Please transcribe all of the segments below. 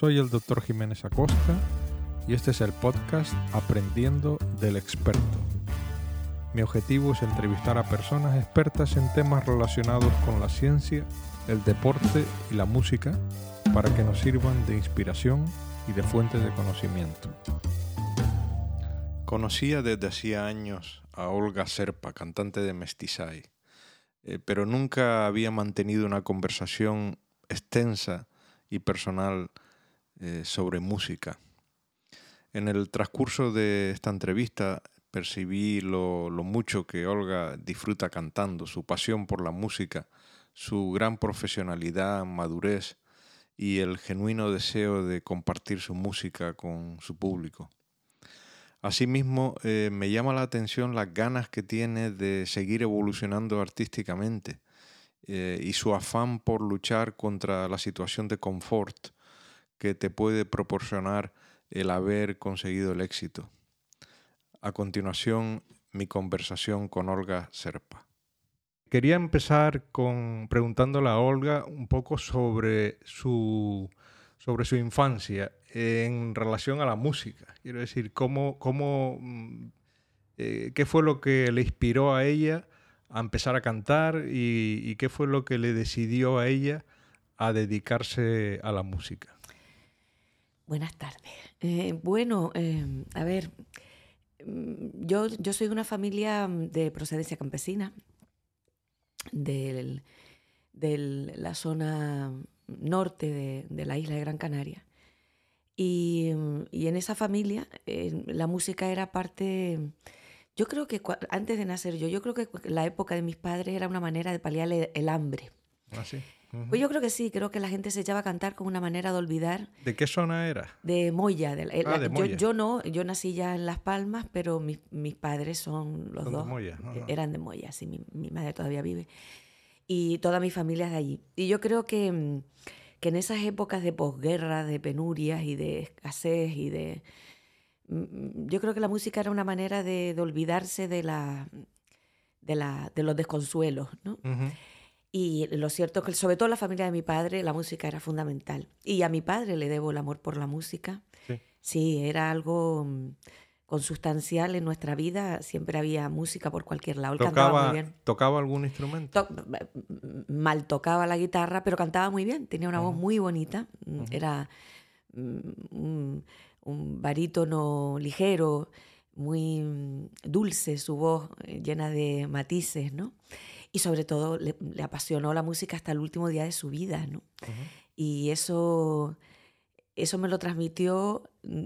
Soy el Dr. Jiménez Acosta y este es el podcast Aprendiendo del Experto. Mi objetivo es entrevistar a personas expertas en temas relacionados con la ciencia, el deporte y la música para que nos sirvan de inspiración y de fuente de conocimiento. Conocía desde hacía años a Olga Cerpa, cantante de Mestizay, pero nunca había mantenido una conversación extensa y personal sobre música. En el transcurso de esta entrevista percibí lo mucho que Olga disfruta cantando, su pasión por la música, su gran profesionalidad, madurez y el genuino deseo de compartir su música con su público. Asimismo, me llama la atención las ganas que tiene de seguir evolucionando artísticamente y su afán por luchar contra la situación de confort que te puede proporcionar el haber conseguido el éxito. A continuación, mi conversación con Olga Cerpa. Quería empezar preguntándole a Olga un poco sobre su infancia en relación a la música. Quiero decir, ¿qué fue lo que le inspiró a ella a empezar a cantar y qué fue lo que le decidió a ella a dedicarse a la música? Buenas tardes. A ver, yo soy de una familia de procedencia campesina, de la zona norte de la isla de Gran Canaria. Y en esa familia la música era parte... Yo creo que antes de nacer yo creo que la época de mis padres era una manera de paliar el hambre. ¿Ah, sí? Uh-huh. Pues yo creo que sí, creo que la gente se echaba a cantar como una manera de olvidar. ¿De qué zona era? De Moya. De Moya. Yo nací ya en Las Palmas, pero mis padres son los dos. De Moya. Uh-huh. Eran de Moya, sí, mi madre todavía vive. Y toda mi familia es de allí. Y yo creo que en esas épocas de posguerra, de penurias y de escasez yo creo que la música era una manera de olvidarse de los desconsuelos, ¿no? Uh-huh. Y lo cierto es que, sobre todo en la familia de mi padre, la música era fundamental. Y a mi padre le debo el amor por la música. Sí, sí, era algo consustancial en nuestra vida. Siempre había música por cualquier lado. Él cantaba muy bien. ¿Tocaba algún instrumento? Mal tocaba la guitarra, pero cantaba muy bien. Tenía una voz muy bonita. Uh-huh. Era un barítono ligero, muy dulce, su voz llena de matices, ¿no? Y sobre todo le apasionó la música hasta el último día de su vida, ¿no? Uh-huh. Y eso me lo transmitió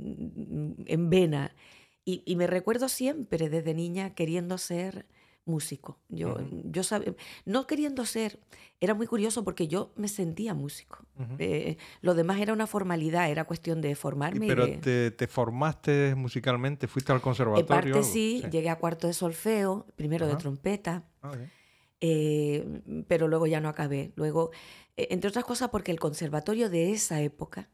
en vena. Y me recuerdo siempre desde niña queriendo ser músico. Yo sabía, no queriendo ser, era muy curioso porque yo me sentía músico. Uh-huh. Lo demás era una formalidad, era cuestión de formarme. ¿Pero te formaste musicalmente? ¿Fuiste al conservatorio? En parte sí, llegué a cuarto de solfeo, primero de trompeta. Okay. Pero luego ya no acabé. Luego, entre otras cosas, porque el conservatorio de esa época,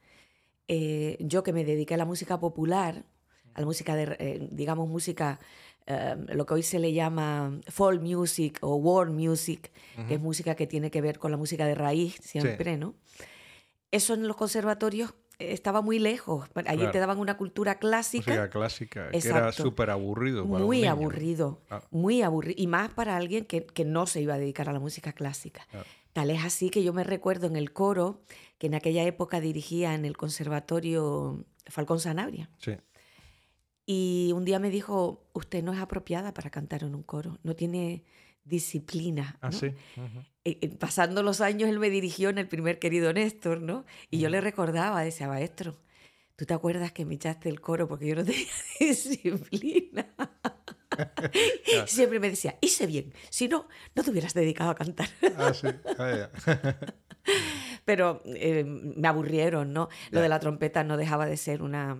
yo que me dediqué a la música popular, a la música digamos música, lo que hoy se le llama folk music o world music, uh-huh. que es música que tiene que ver con la música de raíz siempre, sí. ¿no? Eso en los conservatorios estaba muy lejos. Allí claro. Te daban una cultura clásica. Música clásica, exacto. Que era súper aburrido. Para muy un niño, aburrido, ¿no? Muy aburrido. Y más para alguien que no se iba a dedicar a la música clásica. Claro. Tal es así que yo me recuerdo en el coro, que en aquella época dirigía en el conservatorio Falcón Sanabria. Sí. Y un día me dijo, usted no es apropiada para cantar en un coro, no tiene disciplina, ¿no? Ah, sí. Uh-huh. Pasando los años él me dirigió en el primer Querido Néstor, ¿no? Y yo le recordaba, decía, maestro, ¿tú te acuerdas que me echaste el coro porque yo no tenía disciplina? Claro. Siempre me decía, hice bien, si no, no te hubieras dedicado a cantar. Ah, sí. Pero me aburrieron, ¿no? Lo de la trompeta no dejaba de ser una...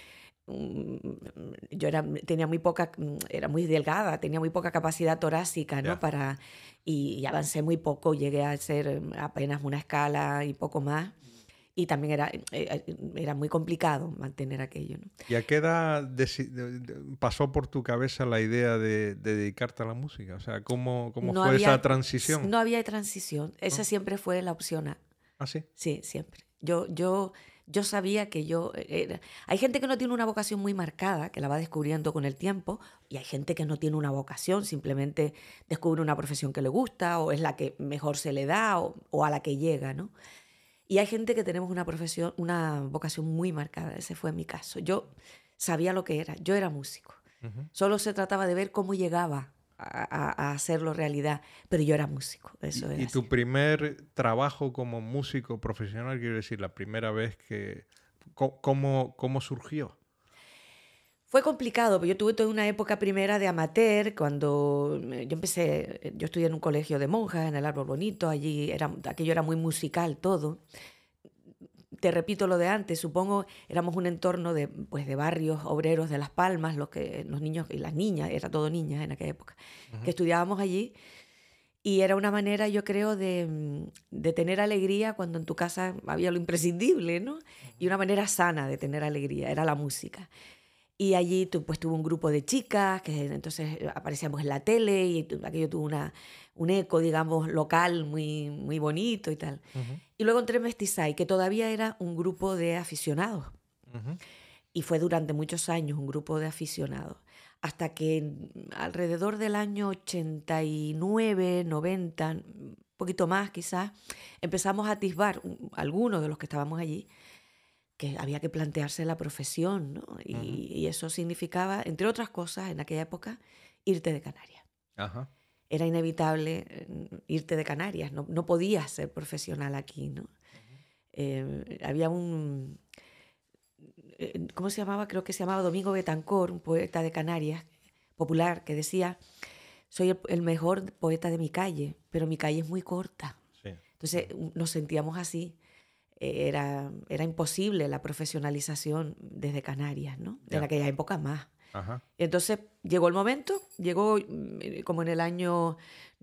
Yo tenía muy poca, era muy delgada, tenía muy poca capacidad torácica, ¿no? Y avancé muy poco, llegué a ser apenas una escala y poco más. Y también era muy complicado mantener aquello, ¿no? ¿Y a qué edad pasó por tu cabeza la idea de dedicarte a la música? O sea, ¿cómo fue esa transición? No había transición, esa siempre fue la opción A. ¿Ah, sí? Sí, siempre. Yo yo sabía que yo era... Hay gente que no tiene una vocación muy marcada, que la va descubriendo con el tiempo, y hay gente que no tiene una vocación, simplemente descubre una profesión que le gusta o es la que mejor se le da o a la que llega, ¿no? Y hay gente que tenemos una profesión, una vocación muy marcada. Ese fue mi caso. Yo sabía lo que era. Yo era músico. Ujú. Solo se trataba de ver cómo llegaba a hacerlo realidad. Pero yo era músico. Eso era Y tu así. primer trabajo como músico profesional, quiero decir, la primera vez que... ¿Cómo surgió? Fue complicado, porque yo tuve toda una época primera de amateur, cuando yo empecé, yo estudié en un colegio de monjas, en el Árbol Bonito, allí aquello era muy musical todo. Te repito lo de antes, supongo éramos un entorno de, pues, de barrios obreros de Las Palmas, los niños y las niñas, era todo niñas en aquella época, que Ujú. estudiábamos allí, y era una manera, yo creo, de tener alegría cuando en tu casa había lo imprescindible, ¿no? Y una manera sana de tener alegría, era la música. Y allí pues tuvo un grupo de chicas que entonces aparecíamos en la tele y aquello tuvo un eco, digamos, local muy, muy bonito y tal. Ujú. Y luego entré en Mestizay, que todavía era un grupo de aficionados. Ujú. Y fue durante muchos años un grupo de aficionados. Hasta que alrededor del año 89, 90, un poquito más quizás, empezamos a atisbar, algunos de los que estábamos allí, que había que plantearse la profesión, ¿no? Ujú. Y eso significaba, entre otras cosas, en aquella época, irte de Canarias. Ajá. Era inevitable irte de Canarias, no podías ser profesional aquí, ¿no? Había ¿cómo se llamaba? Creo que se llamaba Domingo Betancourt, un poeta de Canarias, popular, que decía, soy el mejor poeta de mi calle, pero mi calle es muy corta. Sí. Entonces nos sentíamos así. Era imposible la profesionalización desde Canarias, ¿no? En Ya. aquella época más. Ajá. Entonces llegó el momento, llegó como en el año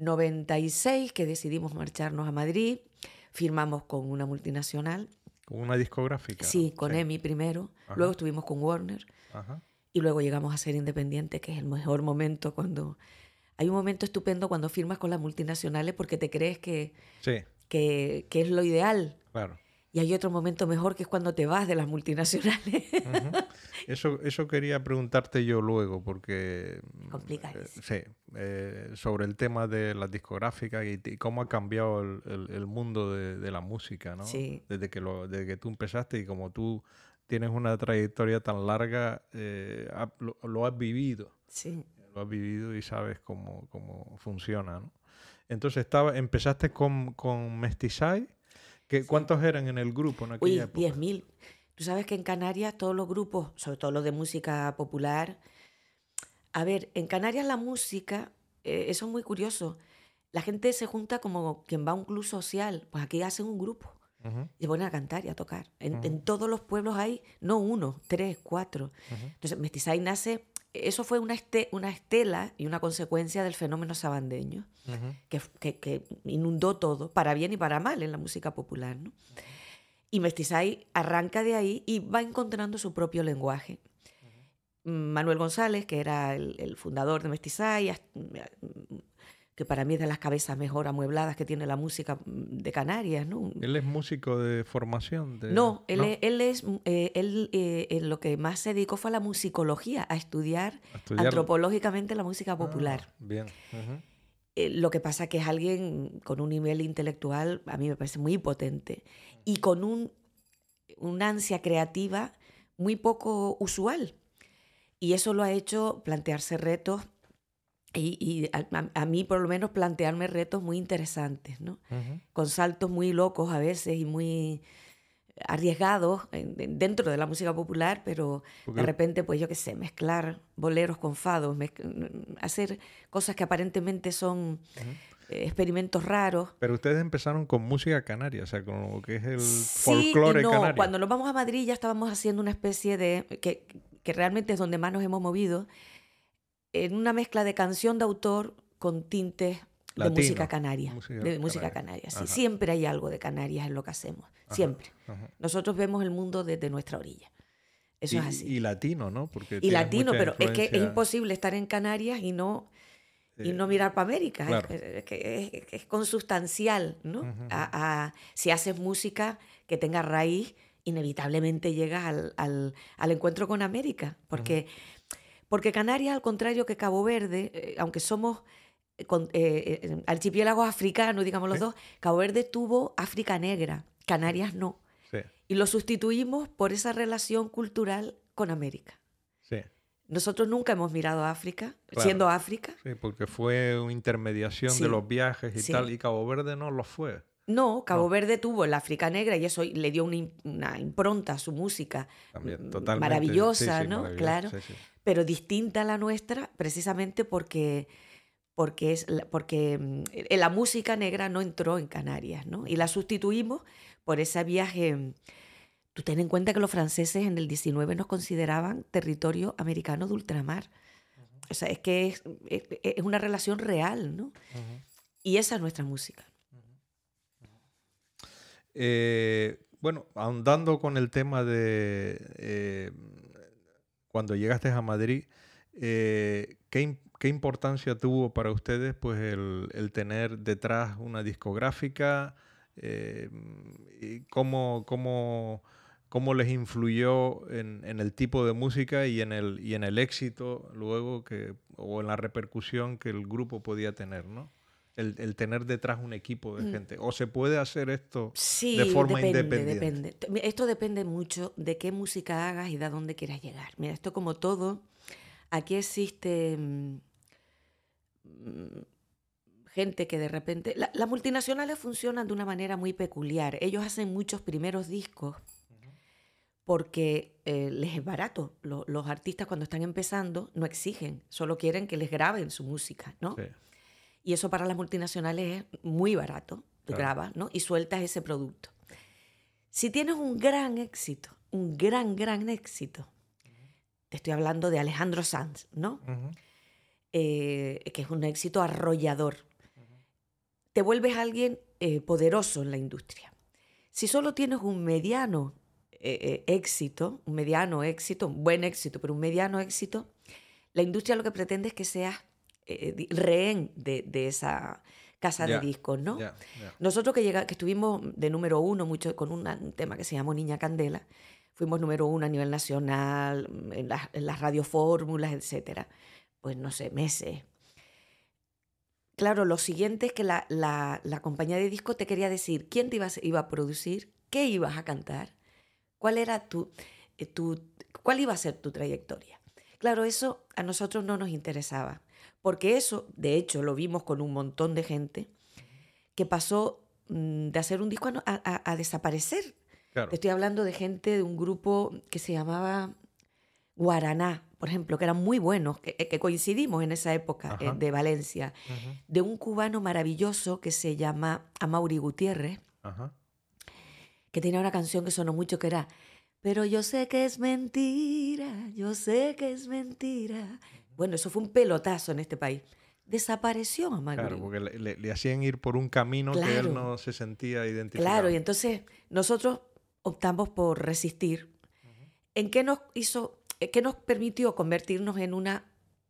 96 que decidimos marcharnos a Madrid, firmamos con una multinacional, Con una discográfica, ¿no? sí, con Sí. EMI primero, luego Ajá. estuvimos con Warner Ajá. y luego llegamos a ser independientes, que es el mejor momento cuando... Hay un momento estupendo cuando firmas con las multinacionales porque te crees Sí, que es lo ideal. claro. Y hay otro momento mejor que es cuando te vas de las multinacionales. Ujú. Eso quería preguntarte yo luego, porque Es complicadísimo. sí, sobre el tema de las discográficas y cómo ha cambiado el mundo de la música, ¿no? Sí, Desde que tú empezaste y como tú tienes una trayectoria tan larga, lo has vivido. sí. Lo has vivido y sabes cómo funciona, ¿no? Entonces empezaste con Mestizay. Sí. ¿Cuántos eran en el grupo en aquella Uy, época? 10.000. Tú sabes que en Canarias todos los grupos, sobre todo los de música popular, a ver, en Canarias la música, eso es muy curioso. La gente se junta como quien va a un club social, pues aquí hacen un grupo Ujú. y se ponen a cantar y a tocar. Ujú. En todos los pueblos hay, no uno, tres, cuatro. Ujú. Entonces, Mestizay nace, eso fue una estela y una consecuencia del fenómeno sabandeño, Ujú. que inundó todo, para bien y para mal, en la música popular, ¿no? Y Mestizay arranca de ahí y va encontrando su propio lenguaje. Manuel González, que era el fundador de Mestizay, que para mí es de las cabezas mejor amuebladas que tiene la música de Canarias, ¿no? Él es músico de formación, No, ¿no? él lo que más se dedicó fue a la musicología, a estudiar A estudiar. antropológicamente la música popular. Bien. Ujú. Lo que pasa que es alguien con un nivel intelectual, a mí me parece muy potente, y con una ansia creativa muy poco usual. Y eso lo ha hecho plantearse retos y a mí por lo menos plantearme retos muy interesantes, ¿no? Ujú. Con saltos muy locos a veces y muy arriesgados dentro de la música popular, pero de Porque, repente, pues yo qué sé, mezclar boleros con fados, hacer cosas que aparentemente son ujú. experimentos raros. Pero ustedes empezaron con música canaria, o sea, con lo que es el Sí y folclore no. canario. Cuando nos vamos a Madrid ya estábamos haciendo una especie de... que realmente es donde más nos hemos movido, en una mezcla de canción de autor con tintes de música Latino. canaria. Música De música canaria. canaria, sí. Ajá. Siempre hay algo de Canarias en lo que hacemos. Ajá. Siempre. Ajá. Nosotros vemos el mundo desde nuestra orilla. Eso es así. Y latino, ¿no? Porque Y tienes latino, mucha pero es que es influencia. imposible estar en Canarias y no eh, mirar para América. claro. Es consustancial, ¿no? Ujú. Ujú. Si haces música que tenga raíz inevitablemente llegas al encuentro con América, porque Canarias, al contrario que Cabo Verde, aunque somos archipiélagos africanos, digamos los dos, Cabo Verde tuvo África negra, Canarias no. Sí. Y lo sustituimos por esa relación cultural con América. Sí. Nosotros nunca hemos mirado a África, Claro. siendo África. Sí, porque fue una intermediación Sí. de los viajes y Sí. tal, y Cabo Verde no lo fue. No, Cabo No. Verde tuvo la África negra y eso le dio una impronta a su música También, totalmente. maravillosa, Sí, sí, ¿no? maravillosa, Claro, sí, sí. pero distinta a la nuestra precisamente porque la música negra no entró en Canarias, ¿no? Y la sustituimos por ese viaje. Tú ten en cuenta que los franceses en el 19 nos consideraban territorio americano de ultramar. O sea, es que es una relación real, ¿no? Y esa es nuestra música. Bueno, ahondando con el tema de cuando llegaste a Madrid, ¿qué importancia tuvo para ustedes pues el tener detrás una discográfica? Y ¿cómo les influyó en el tipo de música y en el éxito luego o en la repercusión que el grupo podía tener, ¿no? El tener detrás un equipo de gente. ¿O se puede hacer esto Sí, de forma depende. independiente? Esto depende mucho de qué música hagas y de a dónde quieras llegar. Mira, esto como todo, aquí existe gente que de repente... Las multinacionales funcionan de una manera muy peculiar. Ellos hacen muchos primeros discos porque les es barato. Los artistas cuando están empezando no exigen, solo quieren que les graben su música, ¿no? Sí. Y eso para las multinacionales es muy barato. Tú grabas, ¿no? Y sueltas ese producto. Si tienes un gran éxito, un gran éxito, te estoy hablando de Alejandro Sanz, ¿no? Que es un éxito arrollador. Te vuelves alguien poderoso en la industria. Si solo tienes un mediano éxito, un buen éxito, pero un mediano éxito, la industria lo que pretende es que seas rehén de esa casa de discos, ¿no? Nosotros que estuvimos de número 1 mucho con un tema que se llamó Niña Candela, fuimos número 1 a nivel nacional, en las radiofórmulas, etcétera. Pues no sé, meses. Claro, lo siguiente es que la compañía de discos te quería decir quién te iba a producir, qué ibas a cantar, cuál iba a ser tu trayectoria. Claro, eso a nosotros no nos interesaba. Porque eso, de hecho, lo vimos con un montón de gente que pasó de hacer un disco a desaparecer. Claro. Te estoy hablando de gente de un grupo que se llamaba Guaraná, por ejemplo, que eran muy buenos, que coincidimos en esa época de Valencia. De un cubano maravilloso que se llama Amaury Gutiérrez, que tenía una canción que sonó mucho que era "Pero yo sé que es mentira, yo sé que es mentira". Bueno, eso fue un pelotazo en este país. Desapareció Amaury. Claro, porque le hacían ir por un camino que él no se sentía identificado. Claro, y entonces nosotros optamos por resistir. ¿En qué nos permitió convertirnos en una,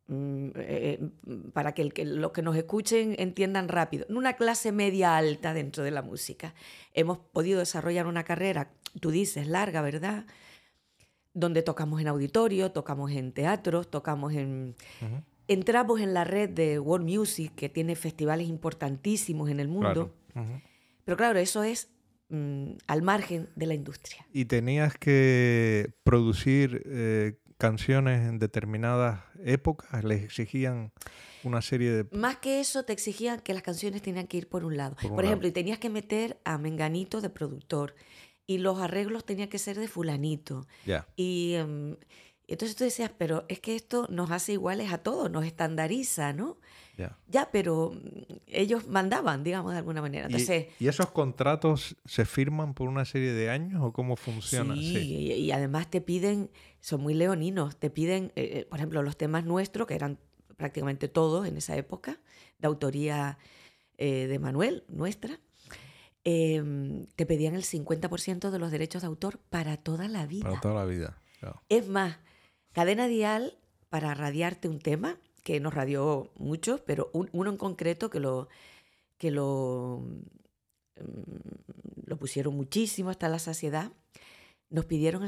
para que los que nos escuchen entiendan rápido, en una clase media alta dentro de la música? Hemos podido desarrollar una carrera, tú dices, larga, ¿verdad?, donde tocamos en auditorio, tocamos en teatros, tocamos en... Entramos en la red de World Music, que tiene festivales importantísimos en el mundo. Claro. Pero claro, eso es al margen de la industria. ¿Y tenías que producir canciones en determinadas épocas? ¿Les exigían una serie de...? Más que eso, te exigían que las canciones tenían que ir por un lado. Por ejemplo, y tenías que meter a menganito de productor. Y los arreglos tenían que ser de fulanito. Y entonces tú decías, pero es que esto nos hace iguales a todos, nos estandariza, ¿no? Ya, pero ellos mandaban, digamos, de alguna manera. Entonces, ¿Y esos contratos se firman por una serie de años o cómo funciona? Sí, y además te piden, son muy leoninos, te piden, por ejemplo, los temas nuestros, que eran prácticamente todos en esa época, de autoría de Manuel, nuestra, te pedían el 50% de los derechos de autor para toda la vida. Para toda la vida, claro. Es más, Cadena Dial, para radiarte un tema, que nos radió mucho, pero uno en concreto que lo pusieron muchísimo hasta la saciedad, nos pidieron el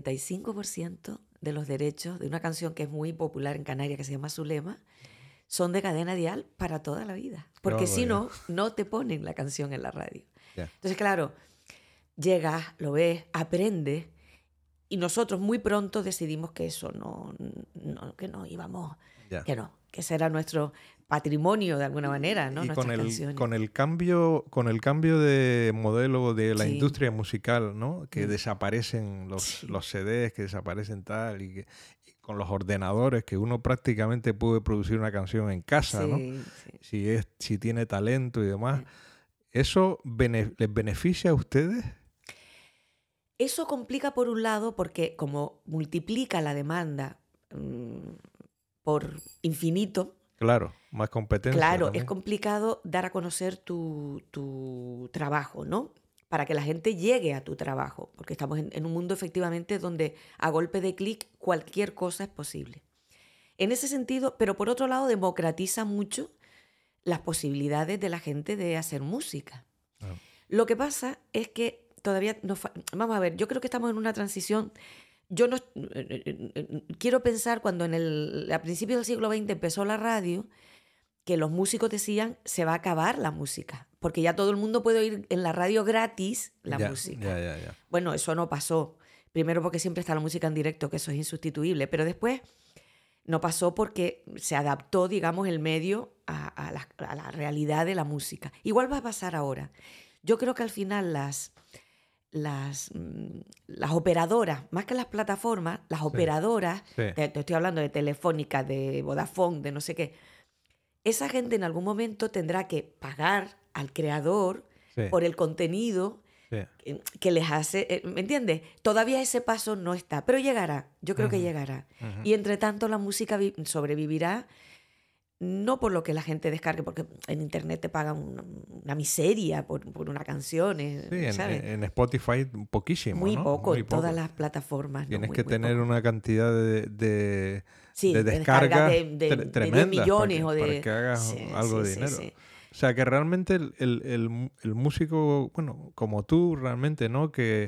75% de los derechos de una canción que es muy popular en Canarias, que se llama Zulema, son de cadena dial para toda la vida. Porque si no, no te ponen la canción en la radio. Ya. Entonces, claro, llegas, lo ves, aprendes, y nosotros muy pronto decidimos que eso que no íbamos, Ya. que ese era nuestro patrimonio de alguna manera, ¿no? Y Nuestras canciones. con el cambio de modelo de la Sí. industria musical, ¿no? Que desaparecen los CDs, que desaparecen tal, y con los ordenadores, que uno prácticamente puede producir una canción en casa, Sí, ¿no? sí. Si tiene talento y demás. ¿Eso les beneficia a ustedes? Eso complica por un lado porque como multiplica la demanda por infinito, Claro, más competencia. claro, también. es complicado dar a conocer tu trabajo, ¿no? Para que la gente llegue a tu trabajo, porque estamos en un mundo efectivamente donde a golpe de clic cualquier cosa es posible. En ese sentido, pero por otro lado democratiza mucho las posibilidades de la gente de hacer música. Claro. Lo que pasa es que todavía vamos a ver, yo creo que estamos en una transición. Yo no quiero pensar cuando a principios del siglo XX empezó la radio, que los músicos decían se va a acabar la música, porque ya todo el mundo puede oír en la radio gratis la música. Ya. Bueno, eso no pasó. Primero porque siempre está la música en directo, que eso es insustituible, pero después no pasó porque se adaptó, digamos, el medio a la realidad de la música. Igual va a pasar ahora. Yo creo que al final las operadoras, más que las plataformas, las operadoras, te estoy hablando de Telefónica, de Vodafone, de no sé qué, esa gente en algún momento tendrá que pagar al creador por el contenido que les hace, ¿me entiendes? Todavía ese paso no está, pero llegará, yo creo que llegará. Y entre tanto la música sobrevivirá, no por lo que la gente descargue, porque en internet te pagan una miseria por una canción, ¿sabes? En Spotify poquísimo, muy ¿no? poco, Muy en todas las plataformas. Tienes muy, que muy tener poco. una cantidad de descargas descargas de 10 tremendas millones para que hagas algo de dinero. O sea, que realmente el músico, bueno, como tú realmente, ¿no? Que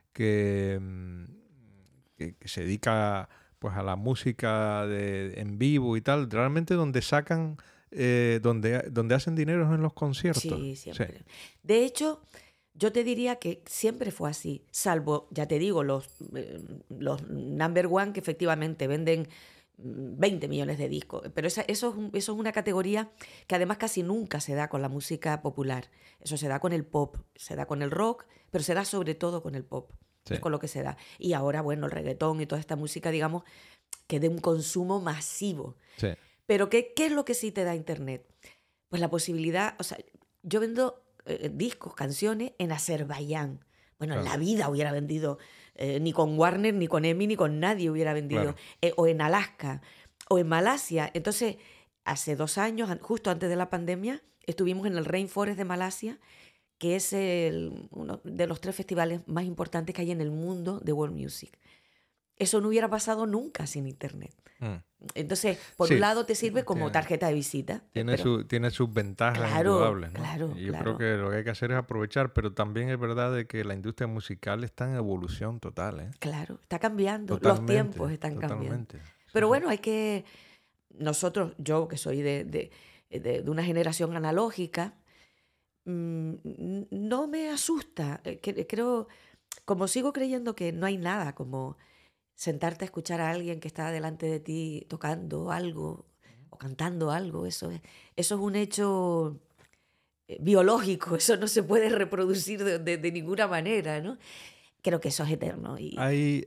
se dedica pues a la música en vivo y tal, realmente donde sacan, donde hacen dinero es en los conciertos. Sí, siempre. Sí. De hecho, yo te diría que siempre fue así, salvo, ya te digo, los number one que efectivamente venden 20 millones de discos, pero eso es una categoría que además casi nunca se da con la música popular. Eso se da con el pop, se da con el rock, pero se da sobre todo con el pop. Sí. Es con lo que se da. Y ahora, bueno, el reggaetón y toda esta música, digamos, que de un consumo masivo. Sí. Pero ¿qué es lo que sí te da Internet? Pues la posibilidad, o sea, yo vendo discos, canciones en Azerbaiyán. Bueno, claro. En la vida hubiera vendido, ni con Warner, ni con EMI, ni con nadie hubiera vendido. Claro. O en Alaska, o en Malasia. Entonces, hace 2 años, justo antes de la pandemia, estuvimos en el Rainforest de Malasia, que es uno de los 3 festivales más importantes que hay en el mundo de world music. Eso no hubiera pasado nunca sin Internet. Entonces, por un lado te sirve como tarjeta de visita. Tiene sus ventajas indudables, ¿no? Claro, y yo creo que lo que hay que hacer es aprovechar, pero también es verdad de que la industria musical está en evolución total, ¿eh? Claro, está cambiando. Totalmente, los tiempos están cambiando. Pero bueno, hay que... Nosotros, yo que soy de una generación analógica, no me asusta. Creo, como sigo creyendo que no hay nada como sentarte a escuchar a alguien que está delante de ti tocando algo o cantando algo, eso es un hecho biológico, eso no se puede reproducir de ninguna manera, ¿no? Creo que eso es eterno. ¿Hay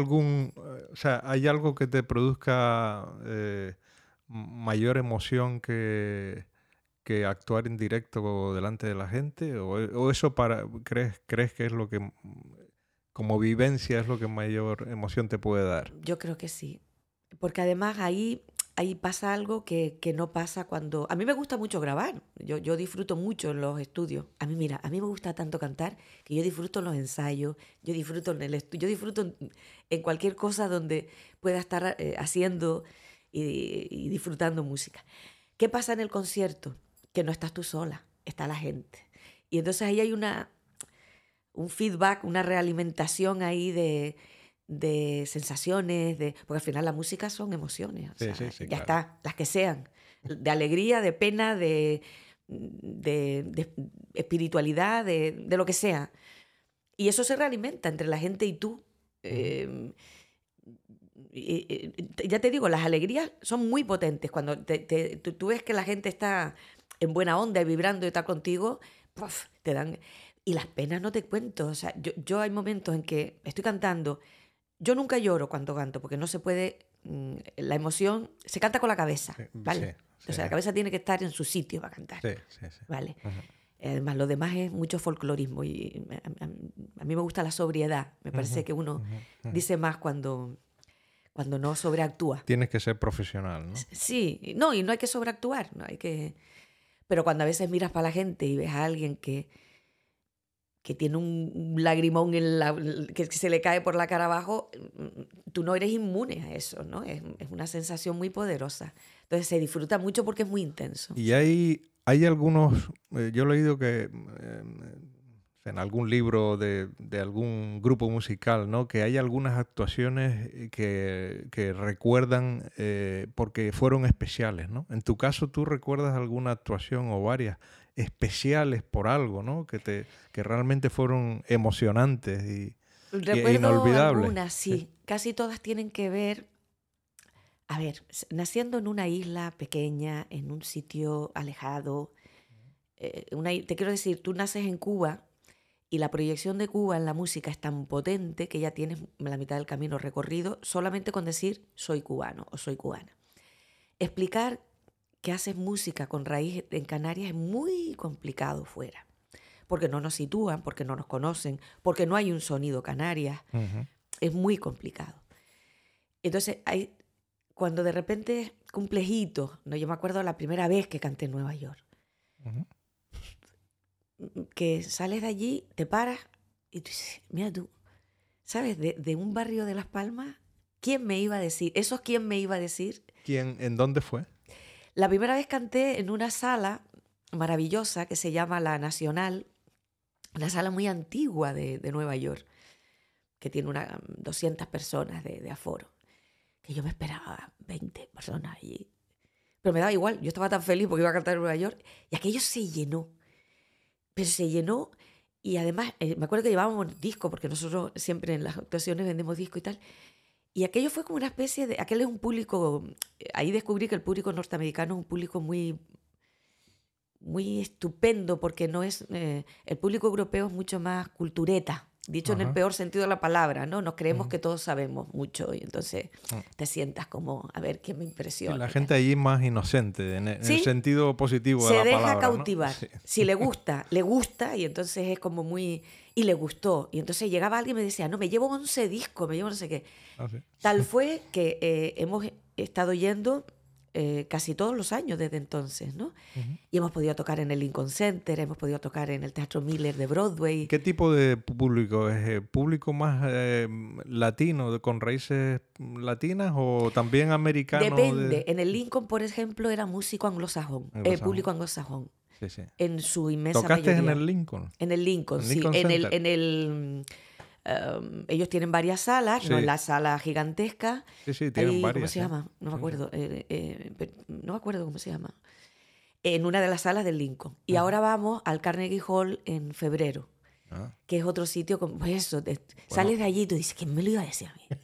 algo que te produzca mayor emoción que actuar en directo delante de la gente? ¿O eso crees que es lo que, como vivencia, es lo que mayor emoción te puede dar? Yo creo que sí. Porque además ahí pasa algo que no pasa cuando... A mí me gusta mucho grabar. Yo disfruto mucho en los estudios. A mí me gusta tanto cantar que yo disfruto en los ensayos, yo disfruto en el estudio, yo disfruto en cualquier cosa donde pueda estar haciendo y disfrutando música. ¿Qué pasa en el concierto? Que no estás tú sola, está la gente. Y entonces ahí hay un feedback, una realimentación ahí de sensaciones, porque al final la música son emociones, o sea, sí, ya claro. está, las que sean, de alegría, de pena, de espiritualidad, de lo que sea. Y eso se realimenta entre la gente y tú. Ya te digo, las alegrías son muy potentes. Cuando tú ves que la gente está en buena onda y vibrando y está contigo, ¡puf!, te dan... Y las penas no te cuento. O sea, yo hay momentos en que estoy cantando. Yo nunca lloro cuando canto, porque no se puede... La emoción se canta con la cabeza, ¿vale? O sea, la cabeza tiene que estar en su sitio para cantar, Sí. ¿vale? Además, lo demás es mucho folclorismo y a mí me gusta la sobriedad. Me parece que uno dice más cuando no sobreactúa. Tienes que ser profesional, ¿no? Sí, no, y no hay que sobreactuar, no hay que... Pero cuando a veces miras para la gente y ves a alguien que tiene un lagrimón que se le cae por la cara abajo, tú no eres inmune a eso, ¿no? Es una sensación muy poderosa. Entonces se disfruta mucho porque es muy intenso. Y hay algunos, yo he leído que en algún libro de algún grupo musical, ¿no? Que hay algunas actuaciones que recuerdan porque fueron especiales, ¿no? En tu caso, ¿tú recuerdas alguna actuación o varias especiales por algo, ¿no? Que realmente fueron emocionantes e Recuerdo inolvidables? algunas, sí. Casi todas tienen que ver... A ver, naciendo en una isla pequeña, en un sitio alejado, te quiero decir, tú naces en Cuba y la proyección de Cuba en la música es tan potente que ya tienes la mitad del camino recorrido solamente con decir soy cubano o soy cubana. Explicar que haces música con raíz en Canarias es muy complicado fuera, porque no nos sitúan, porque no nos conocen, porque no hay un sonido Canarias. Es muy complicado. Entonces, cuando de repente cumples hitos, ¿no? Yo me acuerdo la primera vez que canté en Nueva York, que sales de allí, te paras y tú dices, mira tú, ¿sabes? De un barrio de Las Palmas, ¿quién me iba a decir? ¿Eso es quién me iba a decir? ¿En dónde fue? La primera vez canté en una sala maravillosa que se llama La Nacional, una sala muy antigua de Nueva York, que tiene 200 personas de aforo, que yo me esperaba 20 personas allí. Pero me daba igual, yo estaba tan feliz porque iba a cantar en Nueva York y aquello se llenó. Pero se llenó y además, me acuerdo que llevábamos disco, porque nosotros siempre en las actuaciones vendemos disco y tal. Y aquello fue como una especie de... Aquel es un público... Ahí descubrí que el público norteamericano es un público muy, muy estupendo, porque no es... el público europeo es mucho más cultureta, dicho en el peor sentido de la palabra, ¿no? Nos creemos que todos sabemos mucho y entonces te sientas como, a ver, ¿qué me impresiona? Sí, la gente allí más inocente, en el sentido positivo de la palabra. Se deja cautivar. ¿No? Sí. Si le gusta y entonces es como muy... Y le gustó. Y entonces llegaba alguien y me decía, no, me llevo 11 discos, me llevo no sé qué. Sí. Tal fue que hemos estado yendo casi todos los años desde entonces, ¿no? Y hemos podido tocar en el Lincoln Center, hemos podido tocar en el Teatro Miller de Broadway. ¿Qué tipo de público es? ¿Público más latino, con raíces latinas o también americano? Depende. En el Lincoln, por ejemplo, era músico anglosajón, público anglosajón. Sí. En su inmensa ¿Tocaste mayoría. en el Lincoln? En el Lincoln, sí. Ellos tienen varias salas, no en la sala gigantesca. Sí, tienen varias. ¿Cómo se llama? No me acuerdo. No me acuerdo cómo se llama. En una de las salas del Lincoln. Y ahora vamos al Carnegie Hall en febrero, que es otro sitio como pues eso. Sales de allí y tú dices, ¿quién me lo iba a decir a mí?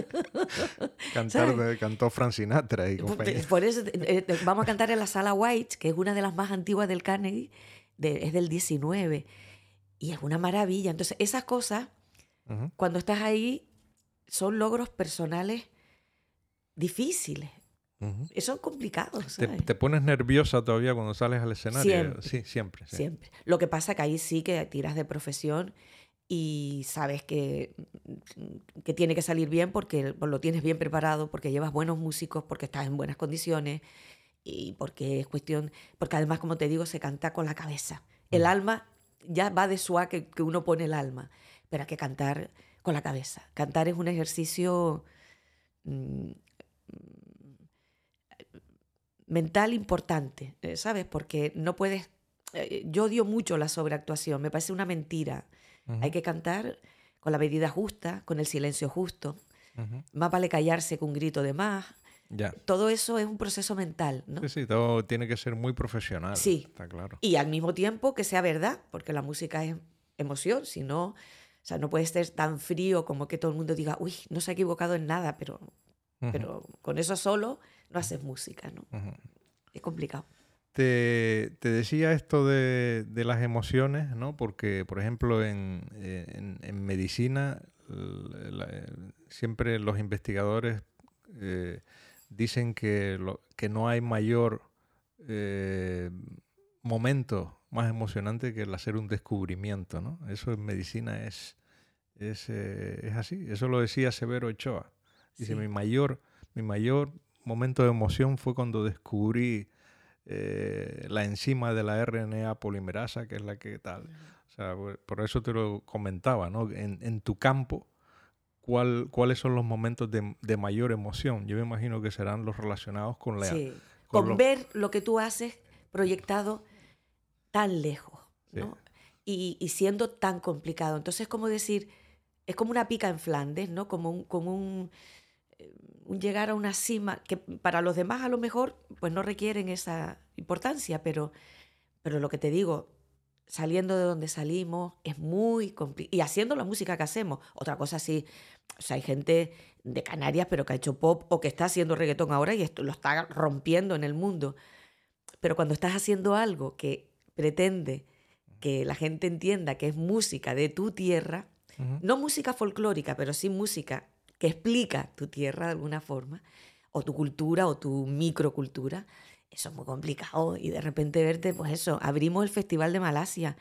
Cantó Frank Sinatra y compañía. Por eso vamos a cantar en la sala White, que es una de las más antiguas del Carnegie, es del 19. Y es una maravilla. Entonces, esas cosas, cuando estás ahí, son logros personales difíciles. Son complicados. ¿Te pones nerviosa todavía cuando sales al escenario? Siempre. Sí, siempre. Siempre. Lo que pasa es que ahí sí que tiras de profesión y sabes que tiene que salir bien porque lo tienes bien preparado, porque llevas buenos músicos, porque estás en buenas condiciones y porque es cuestión... Porque además, como te digo, se canta con la cabeza. El alma ya va de suave que uno pone el alma, pero hay que cantar con la cabeza. Cantar es un ejercicio mental importante, ¿sabes? Porque no puedes... yo odio mucho la sobreactuación, me parece una mentira. Hay que cantar con la medida justa, con el silencio justo. Más vale callarse que un grito de más. Ya. Todo eso es un proceso mental, ¿no? Sí, todo tiene que ser muy profesional, Sí. está claro. Y al mismo tiempo que sea verdad, porque la música es emoción, si no, o sea, no puede ser tan frío como que todo el mundo diga, uy, no se ha equivocado en nada, pero con eso solo no haces música, ¿no? Es complicado. Te decía esto de las emociones, ¿no? Porque, por ejemplo, en medicina siempre los investigadores dicen que no hay mayor momento más emocionante que el hacer un descubrimiento, ¿no? Eso en medicina es así. Eso lo decía Severo Ochoa. Dice, Sí. mi mayor momento de emoción fue cuando descubrí la enzima de la RNA polimerasa, que es la que tal. O sea, por eso te lo comentaba, ¿no? En tu campo, ¿cuáles son los momentos de mayor emoción? Yo me imagino que serán los relacionados con la... Sí. Con ver lo que tú haces proyectado tan lejos, ¿no? Sí. Y siendo tan complicado. Entonces, como decir, es como una pica en Flandes, ¿no? Como un llegar a una cima que para los demás a lo mejor pues no requieren esa importancia, pero lo que te digo, saliendo de donde salimos es muy complicado. Y haciendo la música que hacemos, otra cosa sí, o sea, hay gente de Canarias pero que ha hecho pop o que está haciendo reggaetón ahora y esto lo está rompiendo en el mundo. Pero cuando estás haciendo algo que pretende que la gente entienda que es música de tu tierra, no música folclórica, pero sí música que explica tu tierra de alguna forma, o tu cultura, o tu microcultura, eso es muy complicado. Y de repente verte, pues eso, abrimos el Festival de Malasia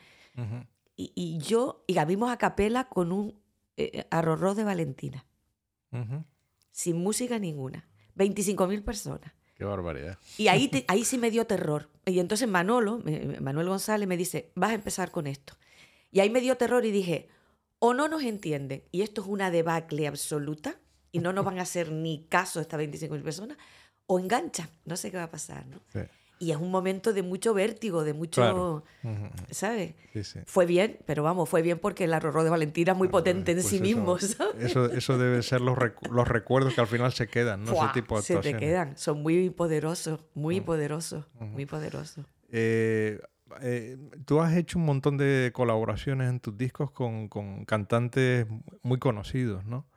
y abrimos a capela con un arrorró de Valentina, sin música ninguna, 25.000 personas. Qué barbaridad. Y ahí sí me dio terror. Y entonces Manuel González me dice, vas a empezar con esto. Y ahí me dio terror y dije, o no nos entienden, y esto es una debacle absoluta, y no nos van a hacer ni caso estas 25.000 personas, o enganchan, no sé qué va a pasar, ¿no? Sí. Y es un momento de mucho vértigo, de mucho, claro. ¿Sabes? Sí, sí. Fue bien, pero vamos, fue bien porque el arrorró de Valentina es muy potente en sí mismo, ¿sabes? Eso deben ser los recuerdos que al final se quedan, ¿no? Ese tipo de actuaciones. Se te quedan, son muy poderosos, muy poderosos, muy poderosos. Tú has hecho un montón de colaboraciones en tus discos con cantantes muy conocidos, ¿no?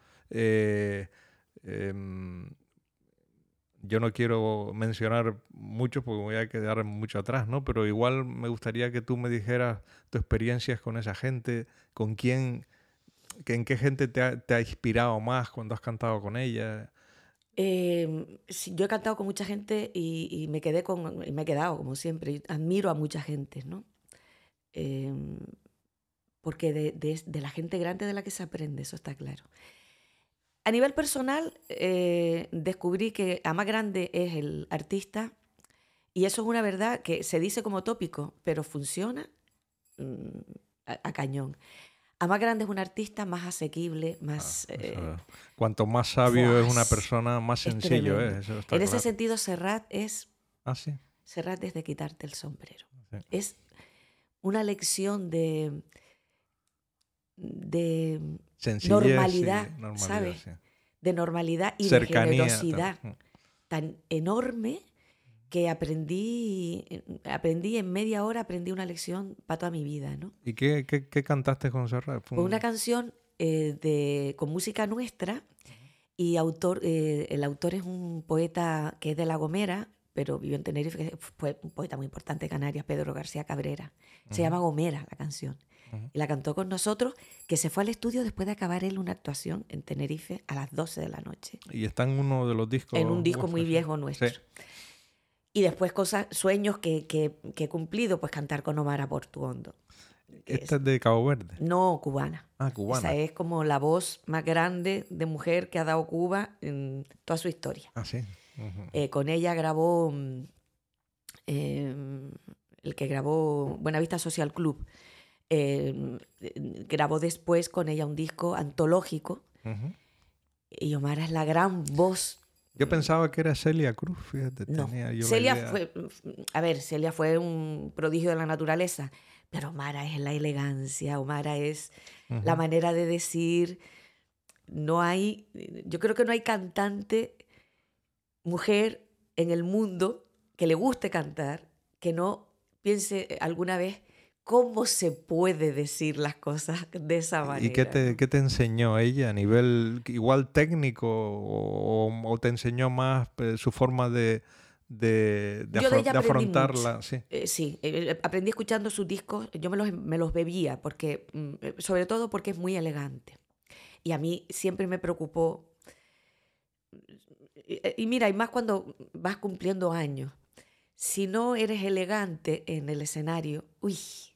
Yo no quiero mencionar mucho porque me voy a quedar mucho atrás, ¿no? Pero igual me gustaría que tú me dijeras tus experiencias con esa gente, con quién, en qué gente te ha inspirado más cuando has cantado con ella. Sí, yo he cantado con mucha gente y me he quedado, como siempre. Admiro a mucha gente, ¿no? Porque de la gente grande de la que se aprende, eso está claro. A nivel personal, descubrí que a más grande es el artista, y eso es una verdad que se dice como tópico, pero funciona a cañón. A más grande es un artista, más asequible, más... cuanto más sabio es una persona, más sencillo es. Eso está en ese claro. sentido, Serrat es... ¿Ah, sí? Serrat es de quitarte el sombrero. Sí. Es una lección de normalidad, ¿sabes? Sí. De normalidad y cercanía, de generosidad tan enorme que aprendí en media hora, aprendí una lección para toda mi vida, ¿no? ¿Y qué cantaste con Serrat? Fue una canción con música nuestra y el autor es un poeta que es de La Gomera, pero vivió en Tenerife, fue un poeta muy importante de Canarias, Pedro García Cabrera. Se llama Gomera la canción. Y la cantó con nosotros, que se fue al estudio después de acabar él una actuación en Tenerife a las 12 de la noche. ¿Y está en uno de los discos? En un disco muy viejo nuestro. Sí. Y después sueños que he cumplido, pues cantar con Omar Portuondo. ¿Esta es de Cabo Verde? No, cubana. Ah, cubana. Esa es como la voz más grande de mujer que ha dado Cuba en toda su historia. Ah, sí. Con ella grabó el que grabó Buenavista Social Club. Grabó después con ella un disco antológico y Omar es la gran voz. Yo pensaba que era Celia Cruz, fíjate. No, Celia fue un prodigio de la naturaleza, Pero Mara es la elegancia, o Mara es la Ujú. manera de decir. Yo creo que no hay cantante mujer en el mundo que le guste cantar que no piense alguna vez cómo se puede decir las cosas de esa ¿Y manera, ¿no? qué te enseñó ella a nivel igual técnico o te enseñó más su forma Yo de ella de aprendí mucho. afrontarla? Sí. Sí, aprendí escuchando sus discos, yo me los bebía, porque, sobre todo porque es muy elegante. Y a mí siempre me preocupó. Y mira, y más cuando vas cumpliendo años. Si no eres elegante en el escenario, uy,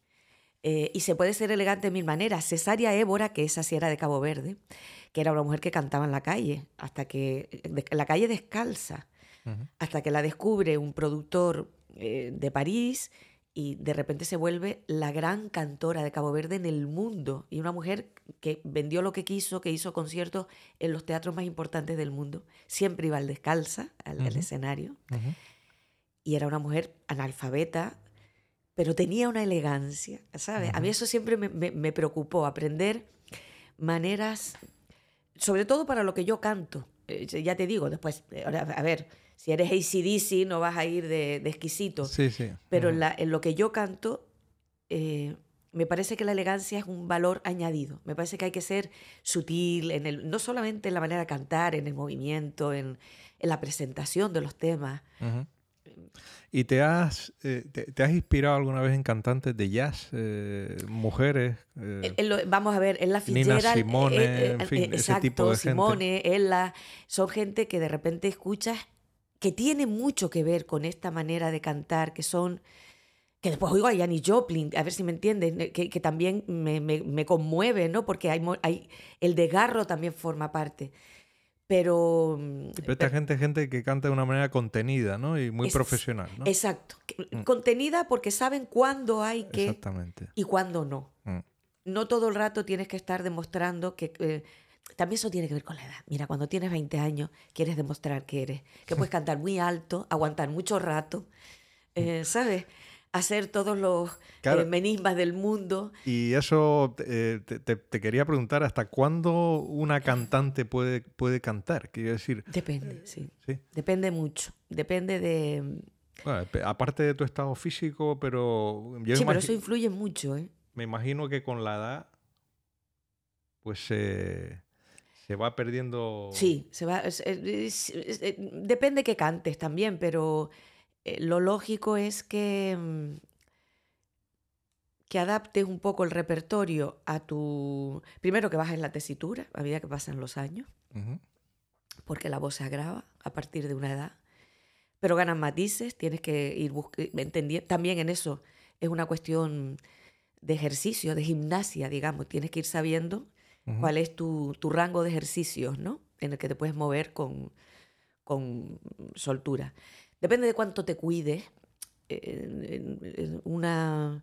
y se puede ser elegante de mil maneras. Cesárea Évora, que esa sí era de Cabo Verde, que era una mujer que cantaba en la calle, en la calle descalza, Ujú. hasta que la descubre un productor de París y de repente se vuelve la gran cantora de Cabo Verde en el mundo. Y una mujer que vendió lo que quiso, que hizo conciertos en los teatros más importantes del mundo. Siempre iba al descalza, al Ujú. escenario. Ujú. Y era una mujer analfabeta, pero tenía una elegancia, ¿sabes? A mí Ujú. eso siempre me preocupó, aprender maneras, sobre todo para lo que yo canto. Ya te digo, después, ahora, a ver, si eres AC/DC no vas a ir de exquisito, Sí, sí. pero Ujú. en lo que yo canto, me parece que la elegancia es un valor añadido. Me parece que hay que ser sutil, no solamente en la manera de cantar, en el movimiento, en la presentación de los temas. Ujú. ¿Y te has inspirado alguna vez en cantantes de jazz, mujeres, Vamos a ver, Ella Nina Fitzgerald, Simone, en fin, ese tipo exacto, de gente? Simone, Ella, son gente que de repente escuchas que tiene mucho que ver con esta manera de cantar, que después oigo a Janis Joplin, a ver si me entiendes, que también me conmueve, ¿no? Porque el desgarro también forma parte. Pero, Sí, pero esta gente es gente que canta de una manera contenida, ¿no? Y muy es profesional, ¿no? exacto, Mm, contenida porque saben cuándo hay que exactamente. y cuándo no. Mm. No todo el rato tienes que estar demostrando que. También eso tiene que ver con la edad. Mira, cuando tienes 20 años, quieres demostrar que puedes cantar muy alto, aguantar mucho rato, ¿sabes? Hacer todos los Claro, menismas del mundo. y eso te quería preguntar, ¿hasta cuándo una cantante puede cantar? Quiero decir, Depende, sí. sí. Depende mucho. Depende de. Bueno, aparte de tu estado físico, pero yo Sí, pero eso influye mucho, ¿eh? me imagino que con la edad, pues se va perdiendo. Sí, depende que cantes también, pero lo lógico es que adaptes un poco el repertorio a tu. Primero que bajes la tesitura a medida que pasan los años, Ujú. porque la voz se agrava a partir de una edad. Pero ganan matices, tienes que ir entendiendo. También en eso es una cuestión de ejercicio, de gimnasia, digamos. Tienes que ir sabiendo Ujú. cuál es tu rango de ejercicios, ¿no? En el que te puedes mover con soltura. Depende de cuánto te cuides. Una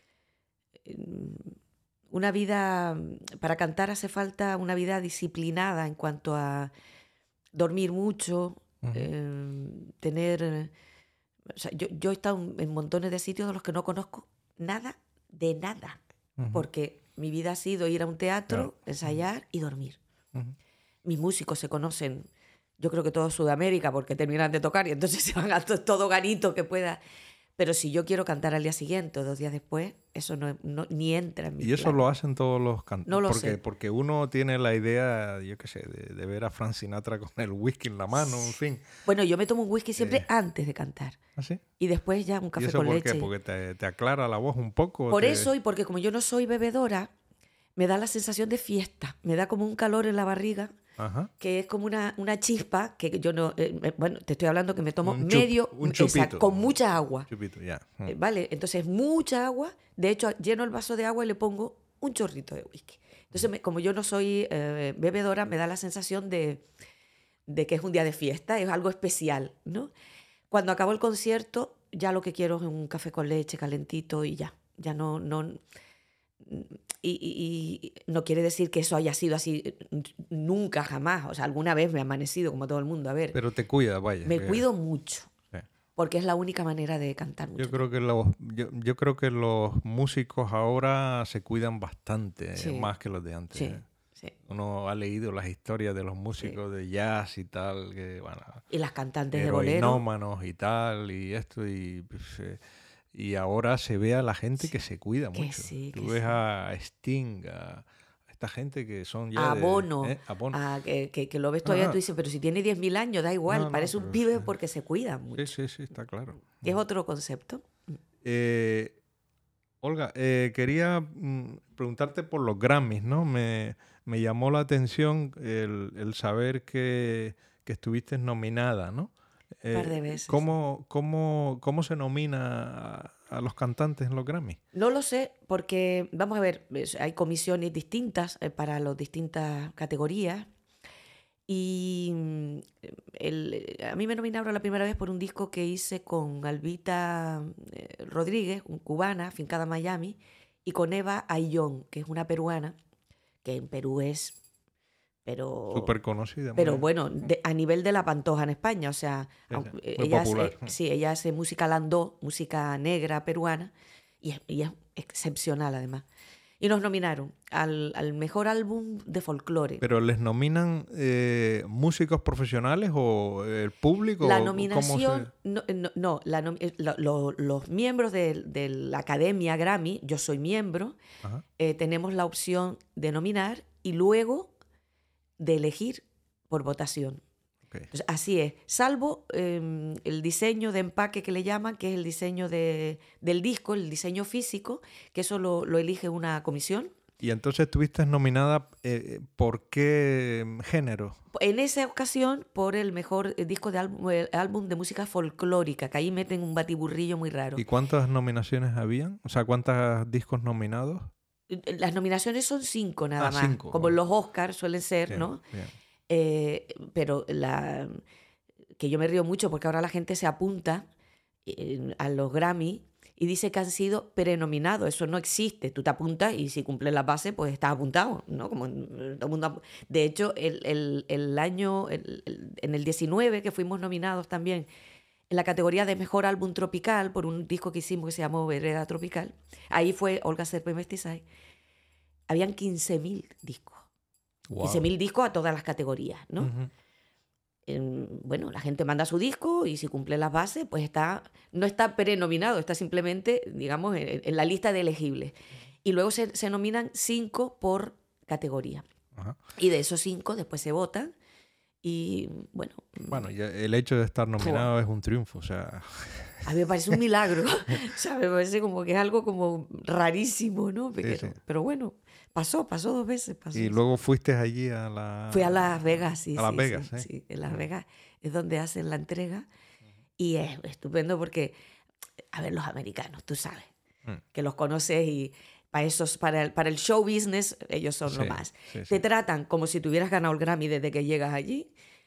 una vida, para cantar hace falta una vida disciplinada en cuanto a dormir mucho, Ujú. tener. O sea, yo he estado en montones de sitios de los que no conozco nada de nada, Ujú. porque mi vida ha sido ir a un Claro. teatro, ensayar y dormir. Ujú. Mis músicos se conocen, yo creo que todo Sudamérica, porque terminan de tocar y entonces se van a todo garito que pueda. Pero si yo quiero cantar al día siguiente o 2 días después, eso ni entra en mis Y eso lo planes. hacen todos los No cantantes. lo Porque, sé. porque uno tiene la idea, yo qué sé, de ver a Frank Sinatra con el whisky en la mano, en fin. Bueno, yo me tomo un whisky Eh, siempre antes de cantar ¿Ah, sí? y después ya un ¿Y café eso con por qué? leche. ¿Porque te aclara la voz un poco? Por eso y porque como yo no soy bebedora, me da la sensación de fiesta, me da como un calor en la barriga, Ajá. que es como una chispa, que yo no, bueno, te estoy hablando que me tomo Un exacto, chupito. con mucha agua, Chupito, ya. ¿vale? Entonces, mucha agua, de hecho, lleno el vaso de agua y le pongo un chorrito de whisky. Entonces, como yo no soy bebedora, me da la sensación de que es un día de fiesta, es algo especial, ¿no? Cuando acabo el concierto, ya lo que quiero es un café con leche calentito y ya. Ya no. Y no quiere decir que eso haya sido así nunca, jamás. O sea, alguna vez me ha amanecido como todo el mundo. A ver, Pero te cuida, vaya. me cuido mucho. Sí. porque es la única manera de cantar mucho Yo creo que yo creo que los músicos ahora se cuidan bastante, Sí, más que los de antes. sí, sí, Uno ha leído las historias de los sí. músicos de jazz y tal, que bueno, Y las cantantes de bolero, heroinómanos y tal, y esto, y ahora se ve a la gente que sí, se cuida que mucho. sí, Tú que ves sí. a Sting, a esta gente que son ya A de... Bono, A Bono. que lo ves Ah, todavía, tú ah, dices, pero si tiene 10.000 años, da igual, no, parece un pero pibe porque se cuida sí, mucho. sí, sí, está claro. Que es otro concepto. Eh, Olga, quería preguntarte por los Grammys, ¿no? Me llamó la atención el saber que estuviste nominada, ¿no? Un par de veces, sí. ¿Cómo se nomina a los cantantes en los Grammys? No lo sé, porque, vamos a ver, hay comisiones distintas para las distintas categorías. Y a mí me nominaron la primera vez por un disco que hice con Albita Rodríguez, cubana, afincada en Miami, y con Eva Ayllón, que es una peruana, que en Perú es, Súper pero, conocida, pero muy, bueno, a nivel de la Pantoja en España. O sea, sí, sí, muy ella popular. sí, ella hace música landó, música negra peruana, y es excepcional además. Y nos nominaron al mejor álbum de folclore. ¿Pero les nominan músicos profesionales o el público? La ¿O cómo se...? nominación, no, los miembros de la Academia Grammy, yo soy miembro, Ajá, tenemos la opción de nominar y luego de elegir por votación. ok. Pues así es, salvo el diseño de empaque que le llaman, que es el diseño del disco, el diseño físico, que eso lo elige una comisión. Y entonces estuviste nominada, ¿por qué género? En esa ocasión, por el mejor disco de álbum de música folclórica, que ahí meten un batiburrillo muy raro. ¿Y cuántas nominaciones habían? O sea, ¿cuántos discos nominados? Las nominaciones son 5 nada Ah, más, 5. como los Oscars suelen ser, Bien, ¿no? bien. Pero que yo me río mucho porque ahora la gente se apunta a los Grammy y dice que han sido prenominados. Eso no existe. Tú te apuntas y si cumples la base, pues estás apuntado, ¿no? Como todo el mundo. De hecho, el año, en el 19, que fuimos nominados también en la categoría de mejor álbum tropical por un disco que hicimos que se llamó Vereda Tropical, ahí fue Olga Serpa y Mestizay. Habían 15.000 discos. Wow. 15.000 discos a todas las categorías, ¿no? Ujú. Bueno, la gente manda su disco y si cumple las bases, pues no está prenominado, está simplemente, digamos, en la lista de elegibles. Y luego se nominan 5 por categoría. Ajá. Y de esos 5 después se votan. Y bueno, Bueno, ya el hecho de estar nominado es un triunfo, o sea... a mí me parece un milagro. O sea, me parece como que es algo como rarísimo, ¿no? Sí, sí. Pero bueno, pasó 2 veces. Pasó. Y luego fuiste allí a Fui a Las Vegas, sí, a Las sí, Vegas, sí, ¿eh? sí. En Las Vegas es donde hacen la entrega. Y es estupendo porque, a ver, los americanos, tú sabes, que los conoces y para el show business ellos son lo Sí, más. sí, Te sí. tratan como si tuvieras ganado el Grammy desde que llegas allí.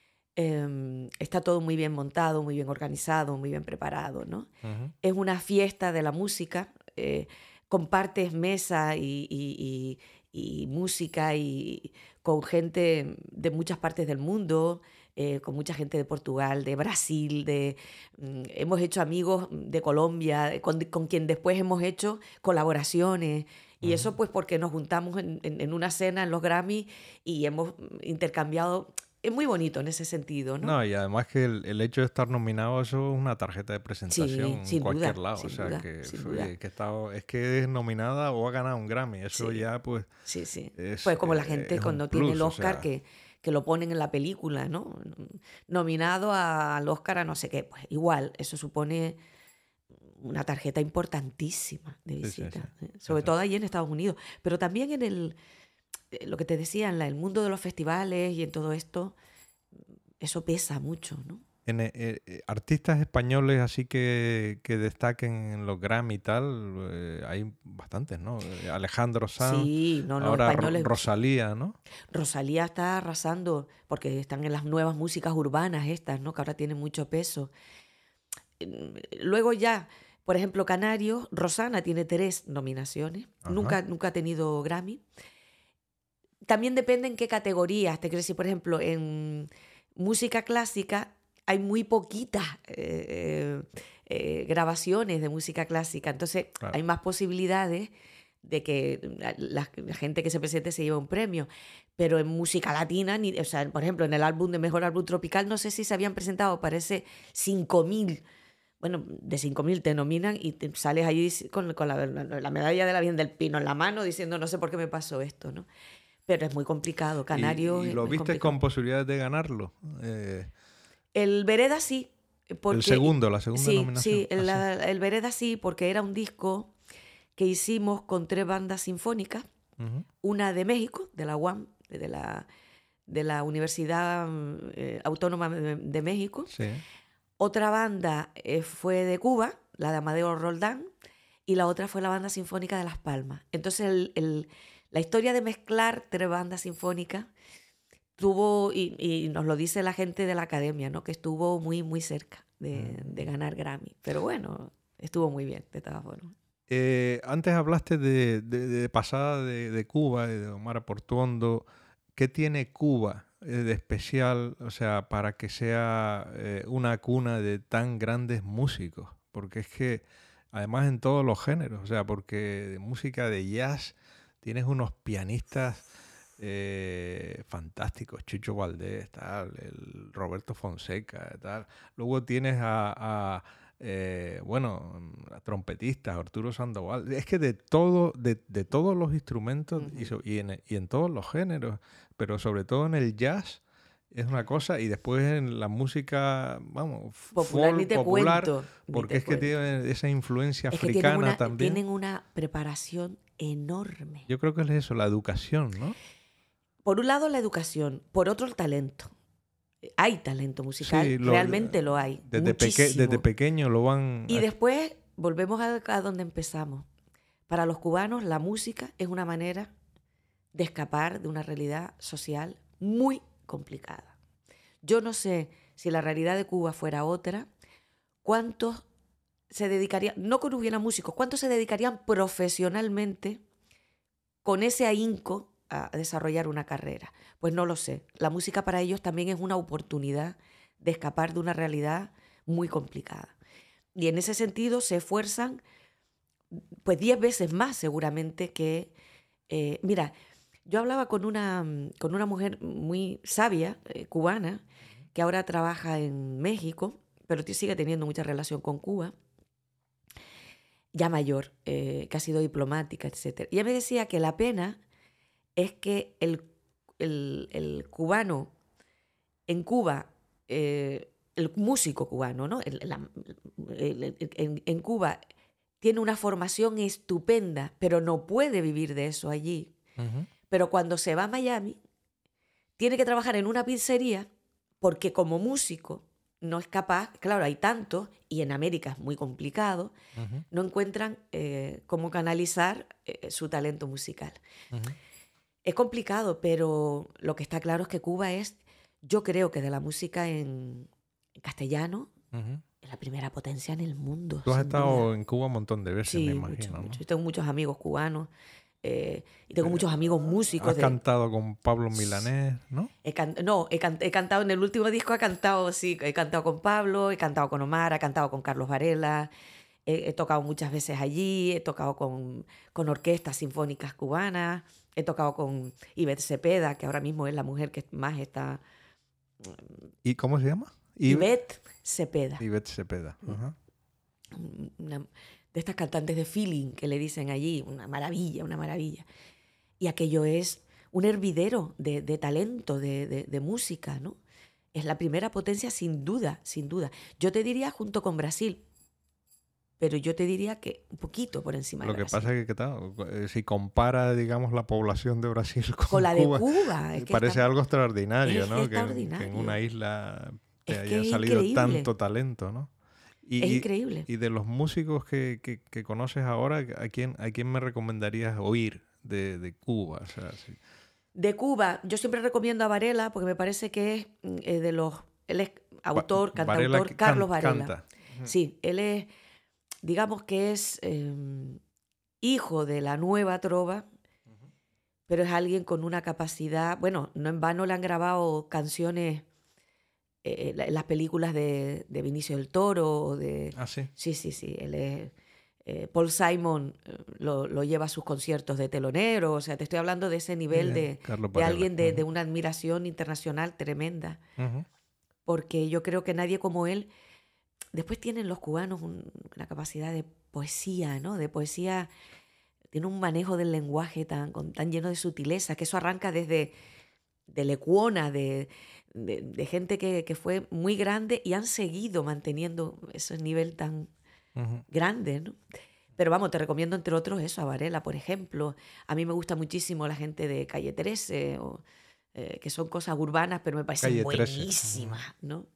Está todo muy bien montado, muy bien organizado, muy bien preparado, ¿no? Ujú. Es una fiesta de la música. Compartes mesa y música y con gente de muchas partes del mundo, con mucha gente de Portugal, de Brasil, hemos hecho amigos de Colombia, con quien después hemos hecho colaboraciones. Y eso pues porque nos juntamos en una cena en los Grammy y hemos intercambiado. Es muy bonito en ese sentido, ¿no? No, y además que el hecho de estar nominado, eso es una tarjeta de presentación Sí, en sin cualquier duda, lado. O sin sea, duda, que, sin oye, duda. es que es nominada o ha ganado un Grammy. Eso Sí. ya, pues, Sí, sí. es, Pues como la gente es un cuando tiene el plus. O Oscar sea, que lo ponen en la película, ¿no? Nominado al Oscar a no sé qué. Pues igual, eso supone una tarjeta importantísima de sí, sí, sí. visita. Sí, Sobre sí. todo ahí en Estados Unidos. Pero también lo que te decía, en el mundo de los festivales y en todo esto, eso pesa mucho, ¿no? Artistas españoles así que destaquen en los Grammy y tal, hay bastantes, ¿no? Alejandro Sanz, Sí, no, ahora españoles. Rosalía, ¿no? Rosalía está arrasando porque están en las nuevas músicas urbanas estas, ¿no? Que ahora tienen mucho peso. Luego ya, por ejemplo, Canarios, Rosana tiene 3 nominaciones. Ajá. Nunca ha tenido Grammy. También depende en qué categorías. Te quiero decir, por ejemplo, en música clásica hay muy poquitas grabaciones de música clásica, entonces Claro. hay más posibilidades de que la gente que se presente se lleve un premio. Pero en música latina, o sea, por ejemplo, en el álbum de Mejor Álbum Tropical, no sé si se habían presentado, parece 5.000. Bueno, de 5.000 te nominan y te sales allí con la medalla de la Virgen del Pino en la mano diciendo no sé por qué me pasó esto, ¿no? Pero es muy complicado. Canarios ¿Y lo es viste complicado. con posibilidades de ganarlo? El Vereda sí, La porque segunda sí, nominación. Ah, sí. el Vereda sí, porque era un disco que hicimos con 3 bandas sinfónicas, Ujú. una de México, de la UAM, de la Universidad Autónoma de México. Sí. Otra banda fue de Cuba, la de Amadeo Roldán, y la otra fue la Banda Sinfónica de Las Palmas. Entonces la historia de mezclar 3 bandas sinfónicas tuvo, y nos lo dice la gente de la academia, ¿no? Que estuvo muy, muy cerca de ganar Grammy. Pero bueno, estuvo muy bien, de todas formas. Antes hablaste de pasada de Cuba, de Omar Portuondo. ¿Qué tiene Cuba de especial, o sea, para que sea una cuna de tan grandes músicos? Porque es que, además en todos los géneros, o sea, porque de música de jazz tienes unos pianistas fantásticos, Chucho Valdés, tal, el Roberto Fonseca, tal. Luego tienes bueno, trompetistas, Arturo Sandoval. Es que de todos los instrumentos y en todos los géneros, pero sobre todo en el jazz es una cosa, y después en la música, vamos, Popular ni folk, te popular, cuento, ni porque te es que cuento. tiene esa influencia Es que africana también. tienen una preparación enorme. Yo creo que es eso, la educación, ¿no? Por un lado la educación, por otro el talento. Hay talento musical, Sí, realmente lo hay, desde muchísimo. pequeño lo van... Y después volvemos a donde empezamos. Para los cubanos la música es una manera de escapar de una realidad social muy complicada. Yo no sé si la realidad de Cuba fuera otra, cuántos se dedicarían, no que no hubiera músicos, cuántos se dedicarían profesionalmente con ese ahínco a desarrollar una carrera. Pues no lo sé. La música para ellos también es una oportunidad de escapar de una realidad muy complicada. Y en ese sentido se esfuerzan pues 10 veces más seguramente que... mira, yo hablaba con una mujer muy sabia, cubana, que ahora trabaja en México, pero sigue teniendo mucha relación con Cuba, ya mayor, que ha sido diplomática, etc. Y ella me decía que la pena es que el cubano en Cuba, el músico cubano, ¿no? En Cuba tiene una formación estupenda, pero no puede vivir de eso allí. Ujú. Pero cuando se va a Miami, tiene que trabajar en una pizzería porque como músico no es capaz, claro, hay tantos, y en América es muy complicado, Ujú, no encuentran cómo canalizar su talento musical. ujú. Es complicado, pero lo que está claro es que Cuba es, yo creo que de la música en castellano, Ujú. es la primera potencia en el mundo, Tú has sin duda. estado en Cuba un montón de veces, me Sí, mucho, imagino, mucho. ¿no? Yo tengo muchos amigos cubanos y tengo muchos amigos músicos Has de... cantado con Pablo Milanés, ¿no? He cantado en el último disco, sí, he cantado con Pablo, he cantado con Omar, he cantado con Carlos Varela, he tocado muchas veces allí, he tocado con orquestas sinfónicas cubanas, he tocado con Ivette Cepeda, que ahora mismo es la mujer que más está... ¿Y cómo se llama? Ivette Cepeda, Ivette Cepeda. Ajá. una de estas cantantes de feeling que le dicen allí, una maravilla, una maravilla. Y aquello es un hervidero de talento, de música, ¿no? Es la primera potencia sin duda, sin duda. Yo te diría junto con Brasil, pero yo te diría que un poquito por encima de Lo que Brasil. pasa es que, claro, si compara, digamos, la población de Brasil Con con la de Cuba, Cuba, es que parece algo extraordinario, es ¿no? Que en una extraordinario. isla te Es que haya es salido increíble, tanto talento, ¿no? es Y, y, increíble. y de los músicos que conoces ahora, ¿a quién me recomendarías oír de Cuba? O sea, sí. De Cuba, yo siempre recomiendo a Varela porque me parece que es de los... Él es autor, Varela cantautor, Carlos Varela. canta. Ujú. Sí, él es, digamos que es hijo de la nueva trova, pero es alguien con una capacidad, bueno, no en vano le han grabado canciones las películas de Benicio del Toro. O de, Ah, sí. Sí. Él es, Paul Simon lo lleva a sus conciertos de telonero. O sea, te estoy hablando de ese nivel Carlos de Varela. alguien de una admiración internacional tremenda. Porque yo creo que nadie como él. Después tienen los cubanos una capacidad de poesía, ¿no? De poesía. Tiene un manejo del lenguaje tan lleno de sutileza, que eso arranca desde de Lecuona, de gente que fue muy grande y han seguido manteniendo ese nivel tan grande, ¿no? Pero vamos, te recomiendo entre otros eso, a Varela, por ejemplo. A mí me gusta muchísimo la gente de Calle 13, que son cosas urbanas, pero me parecen Calle 13. buenísimas, ¿no?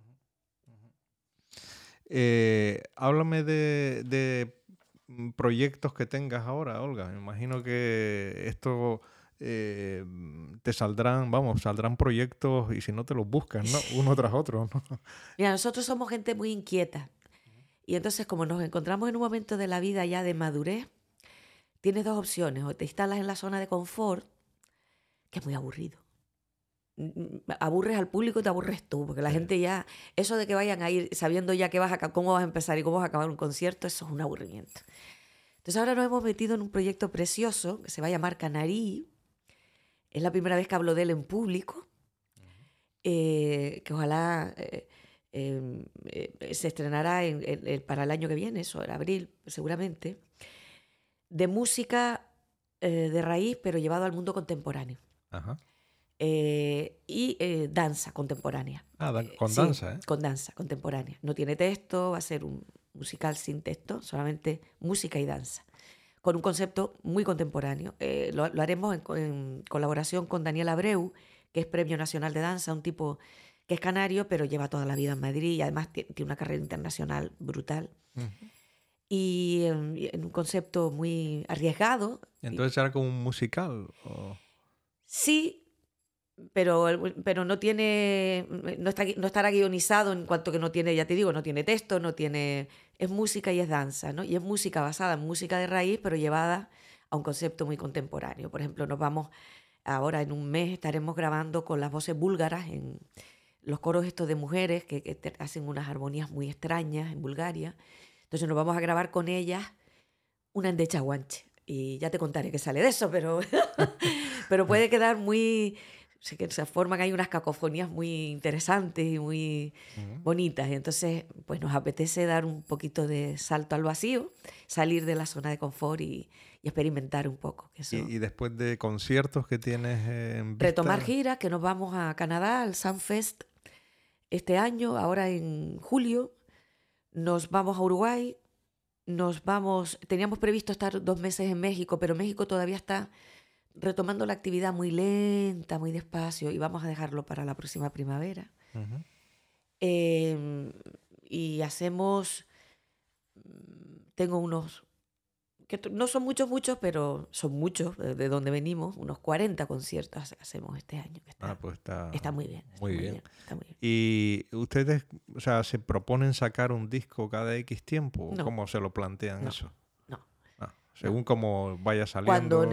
Háblame de proyectos que tengas ahora, Olga. Me imagino que esto te saldrán proyectos y si no te los buscas, ¿no? Uno tras otro, ¿no? Mira, nosotros somos gente muy inquieta. Y entonces, como nos encontramos en un momento de la vida ya de madurez, tienes dos opciones. O te instalas en la zona de confort, que es muy aburrido. Aburres al público y te aburres tú, porque la gente ya... Eso de que vayan a ir sabiendo ya cómo vas a empezar y cómo vas a acabar un concierto, eso es un aburrimiento. Entonces ahora nos hemos metido en un proyecto precioso que se va a llamar Canarí. Es la primera vez que hablo de él en público, que ojalá... se estrenará para el año que viene, eso, en abril seguramente, de música de raíz, pero llevado al mundo contemporáneo. Ajá. Y danza contemporánea. Con danza, ¿eh? Con danza contemporánea. No tiene texto, va a ser un musical sin texto, solamente música y danza, con un concepto muy contemporáneo. Lo haremos en colaboración con Daniel Abreu, que es Premio Nacional de Danza, un tipo que es canario, pero lleva toda la vida en Madrid y además tiene una carrera internacional brutal. Y en un concepto muy arriesgado. ¿Entonces será como un musical? Sí, pero no tiene, no estará guionizado en cuanto que no tiene, ya te digo, no tiene texto, es música y es danza, ¿no? Y es música basada en música de raíz, pero llevada a un concepto muy contemporáneo. Por ejemplo, ahora en un mes estaremos grabando con las voces búlgaras en los coros estos de mujeres que hacen unas armonías muy extrañas en Bulgaria. Entonces nos vamos a grabar con ellas una endecha guanche. Y ya te contaré qué sale de eso, pero puede quedar muy... que se forman ahí unas cacofonías muy interesantes y muy bonitas. Y entonces, pues nos apetece dar un poquito de salto al vacío, salir de la zona de confort y experimentar un poco. Eso. Y después de conciertos que tienes en vista... Retomar giras, que nos vamos a Canadá, al Sunfest, este año, ahora en julio. Nos vamos a Uruguay, teníamos previsto estar 2 meses en México, pero México todavía está retomando la actividad muy lenta, muy despacio, y vamos a dejarlo para la próxima primavera. Y tengo unos, que no son muchos, pero son muchos, de donde venimos, unos 40 conciertos hacemos este año. Pues está muy bien. Está muy bien. ¿Y ustedes, o sea, se proponen sacar un disco cada X tiempo? No. ¿Cómo se lo plantean eso? No. Según cómo vaya saliendo.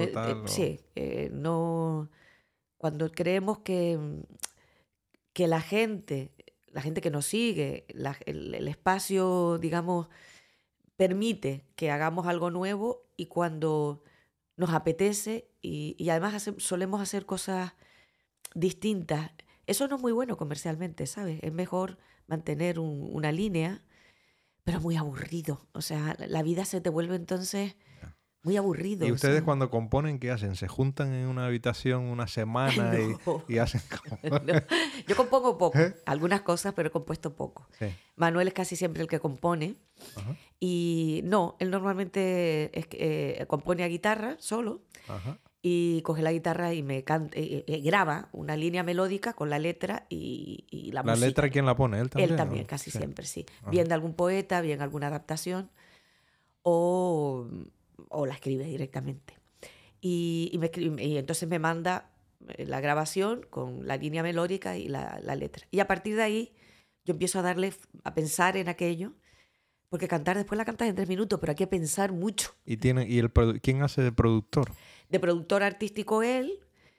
Cuando creemos que la gente que nos sigue, el espacio, digamos, permite que hagamos algo nuevo, y cuando nos apetece y además solemos hacer cosas distintas. Eso no es muy bueno comercialmente, ¿sabes? Es mejor mantener una línea, pero muy aburrido. O sea, la vida se te vuelve entonces muy aburrido. ¿Y ustedes cuando componen qué hacen? ¿Se juntan en una habitación una semana y hacen como...? No. Yo compongo poco, algunas cosas, pero he compuesto poco. Sí. Manuel es casi siempre el que compone. Ajá. Y no, él normalmente compone a guitarra solo. Ajá. Y coge la guitarra y graba una línea melódica con la letra y la música. ¿La letra quién la pone? ¿Él también? Él también, casi siempre, sí. Bien de algún poeta, bien alguna adaptación, o la escribe directamente. Y entonces me manda la grabación con la línea melódica y la letra. Y a partir de ahí yo empiezo a pensar en aquello, porque cantar después la cantas en 3 minutos, pero hay que pensar mucho. ¿Y quién hace de productor? De productor artístico él,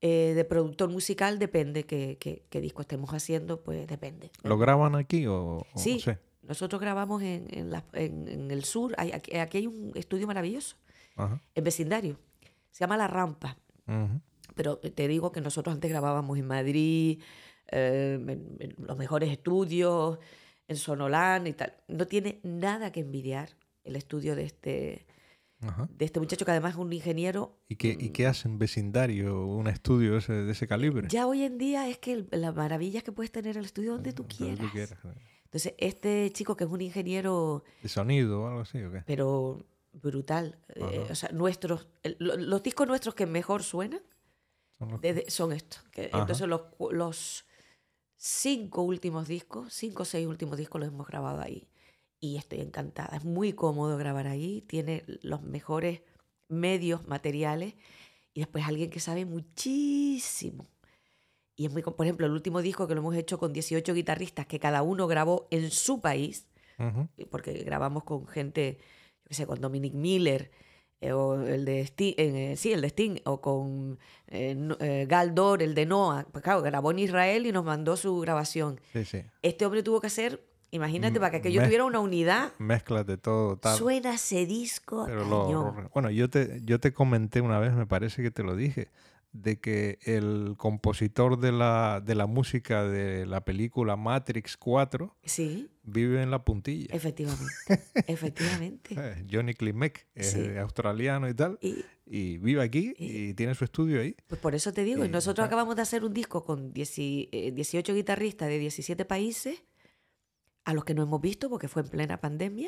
De productor musical depende qué disco estemos haciendo, pues depende. ¿Lo graban aquí o Sí, sí? nosotros grabamos en el sur. Aquí hay un estudio maravilloso, Ajá. en vecindario. Se llama La Rampa. Ujú. Pero te digo que nosotros antes grabábamos en Madrid, en los mejores estudios, en Sonolán y tal. No tiene nada que envidiar el estudio Ajá. de este muchacho, que además es un ingeniero. ¿Y qué hacen vecindario, un estudio de ese calibre? Ya hoy en día es que la maravilla es que puedes tener el estudio donde tú Donde tú quieras. quieras. Entonces, este chico que es un ingeniero, ¿De sonido o algo así o qué? pero brutal, Ajá. o sea, los discos nuestros que mejor suenan Son los- son estos. Ajá. Entonces, los 5 últimos discos, 5 o 6 últimos discos los hemos grabado ahí. Y estoy encantada. Es muy cómodo grabar ahí. Tiene los mejores medios materiales. Y después alguien que sabe muchísimo. Y es por ejemplo, el último disco que lo hemos hecho con 18 guitarristas, que cada uno grabó en su país, Ujú. porque grabamos con gente, yo qué sé, con Dominic Miller, o el de Sting, sí, el de Sting, o con Gal Dor, el de Noah. Pues claro, grabó en Israel y nos mandó su grabación. Sí, sí. Este hombre tuvo que hacer, imagínate, para que aquello Mez- tuviera una unidad. Mezclas de todo, tal. Suena ese disco a Pero cañón. bueno, yo te comenté una vez, me parece que te lo dije, de que el compositor de la música de la película Matrix 4 Sí, vive en la Puntilla. efectivamente. Efectivamente. Johnny Klimek es Sí. australiano y tal, Y y vive aquí y tiene su estudio ahí. pues por eso te digo, y Y, nosotros tal. acabamos de hacer un disco con 18 guitarristas de 17 países, a los que no hemos visto porque fue en plena pandemia,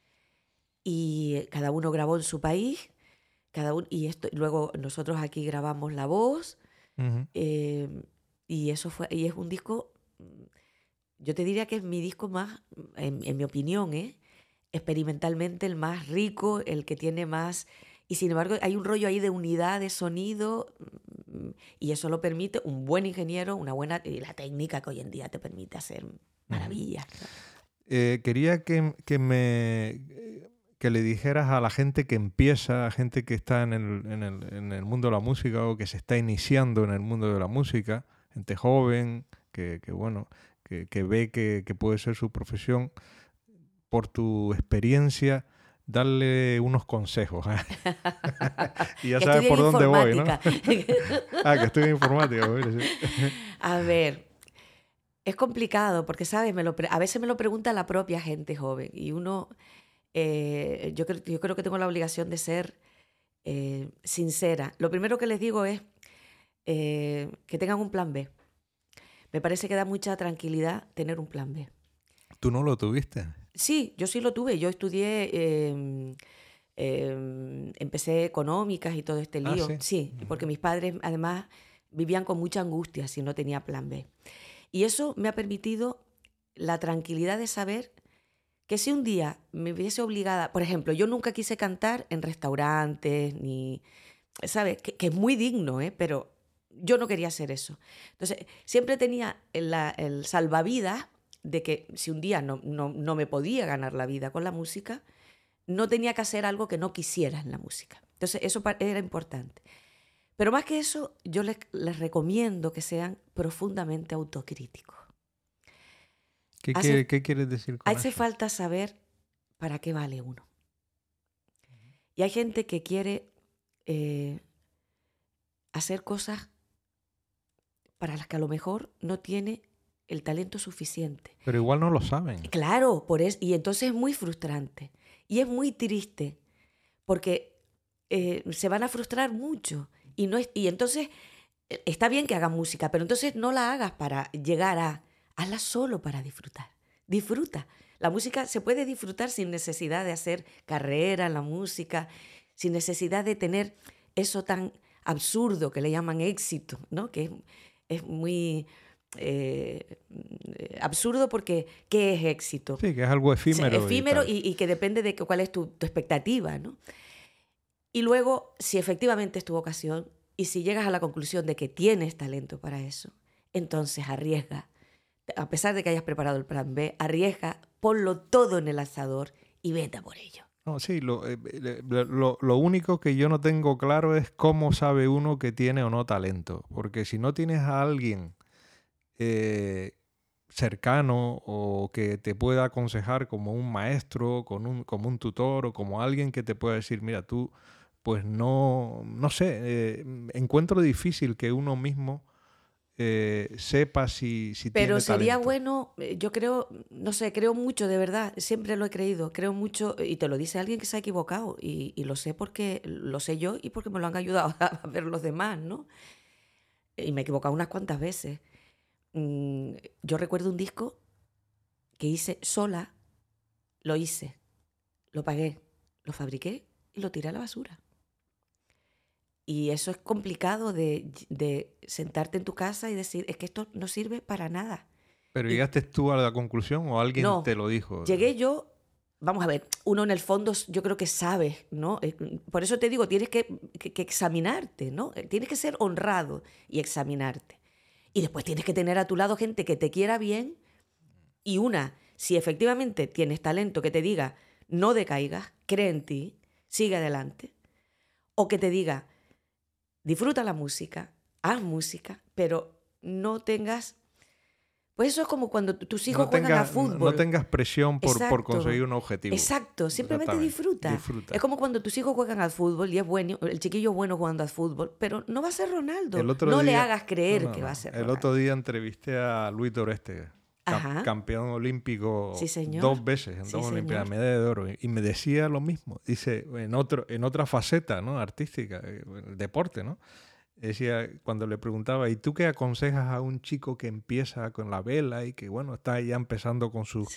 y cada uno grabó en su país, luego nosotros aquí grabamos la voz, Ujú. y es un disco, yo te diría que es mi disco más, en mi opinión, experimentalmente el más rico, el que tiene más. Y sin embargo, hay un rollo ahí de unidad de sonido, y eso lo permite un buen ingeniero, y la técnica que hoy en día te permite hacer maravillas. Quería que le dijeras a la gente que empieza, a gente que está en el mundo de la música o que se está iniciando en el mundo de la música, gente joven, bueno, que ve que puede ser su profesión, por tu experiencia, darle unos consejos. Y ya Que sabes estudié por dónde voy, ¿no? informática. Que estoy en informática. Mire, sí. A ver, es complicado porque, ¿sabes? A veces me lo pregunta la propia gente joven y uno, yo creo que tengo la obligación de ser sincera. Lo primero que les digo es que tengan un plan B. Me parece que da mucha tranquilidad tener un plan B. ¿Tú no lo tuviste? Sí, yo sí lo tuve. Yo estudié, empecé económicas y todo este lío. Sí. Sí, porque mis padres además vivían con mucha angustia si no tenía plan B. Y eso me ha permitido la tranquilidad de saber que si un día me hubiese obligada, por ejemplo, yo nunca quise cantar en restaurantes, ni, ¿sabes? Que es muy digno, pero yo no quería hacer eso. Entonces, siempre tenía el salvavidas de que si un día no me podía ganar la vida con la música, no tenía que hacer algo que no quisiera en la música. Entonces, eso era importante. Pero más que eso, yo les recomiendo que sean profundamente autocríticos. ¿Qué quieres decir con Hace eso? falta saber para qué vale uno. Y hay gente que quiere hacer cosas para las que a lo mejor no tiene el talento suficiente. Pero igual no lo saben. Claro, y entonces es muy frustrante. Y es muy triste, porque se van a frustrar mucho. Y entonces está bien que hagan música, pero entonces no la hagas para llegar hazla solo para disfrutar. Disfruta. La música se puede disfrutar sin necesidad de hacer carrera en la música, sin necesidad de tener eso tan absurdo que le llaman éxito, ¿no? Que es muy absurdo porque ¿qué es éxito? Sí, que es algo efímero. Efímero y que depende de cuál es tu expectativa, ¿no? Y luego, si efectivamente es tu vocación y si llegas a la conclusión de que tienes talento para eso, entonces arriesga. A pesar de que hayas preparado el plan B, arriesga, ponlo todo en el asador y vete a por ello. No, sí, lo único que yo no tengo claro es cómo sabe uno que tiene o no talento. Porque si no tienes a alguien eh, cercano o que te pueda aconsejar como un maestro, como un tutor o como alguien que te pueda decir, mira, tú, pues no sé, encuentro difícil que uno mismo sepa si Pero tiene sería talento. bueno, yo creo, no sé, creo mucho, de verdad, siempre lo he creído, creo mucho, y te lo dice alguien que se ha equivocado, y lo sé porque lo sé yo y porque me lo han ayudado a ver los demás, ¿no? Y me he equivocado unas cuantas veces. Mm, yo recuerdo un disco que hice sola, lo hice, lo pagué, lo fabriqué y lo tiré a la basura. Y eso es complicado de sentarte en tu casa y decir, es que esto no sirve para nada. ¿Pero Y llegaste tú a la conclusión o alguien te no, lo dijo? llegué yo, vamos a ver, uno en el fondo yo creo que sabe, ¿no? Por eso te digo, tienes que examinarte, ¿no? Tienes que ser honrado y examinarte. Y después tienes que tener a tu lado gente que te quiera bien y si efectivamente tienes talento, que te diga, no decaigas, cree en ti, sigue adelante. O que te diga, disfruta la música, haz música, pero no tengas... Pues eso es como cuando tus hijos juegan a No fútbol. tengas presión por conseguir Exacto, un objetivo. exacto. Simplemente Exactamente. disfruta. Es Disfruta. como cuando tus hijos juegan al fútbol y es bueno, el chiquillo es bueno jugando al fútbol, pero no va a ser Ronaldo. El otro No le día, hagas creer que va a ser El otro Ronaldo. día entrevisté a Luis Doreste, Ajá, campeón olímpico sí señor, 2 veces en sí 2 Olimpiadas, señor. medalla de oro, y me decía lo mismo. Dice, en otra faceta, ¿no? Artística, el deporte, ¿no? Decía, cuando le preguntaba, ¿y tú qué aconsejas a un chico que empieza con la vela y que, bueno, está ya empezando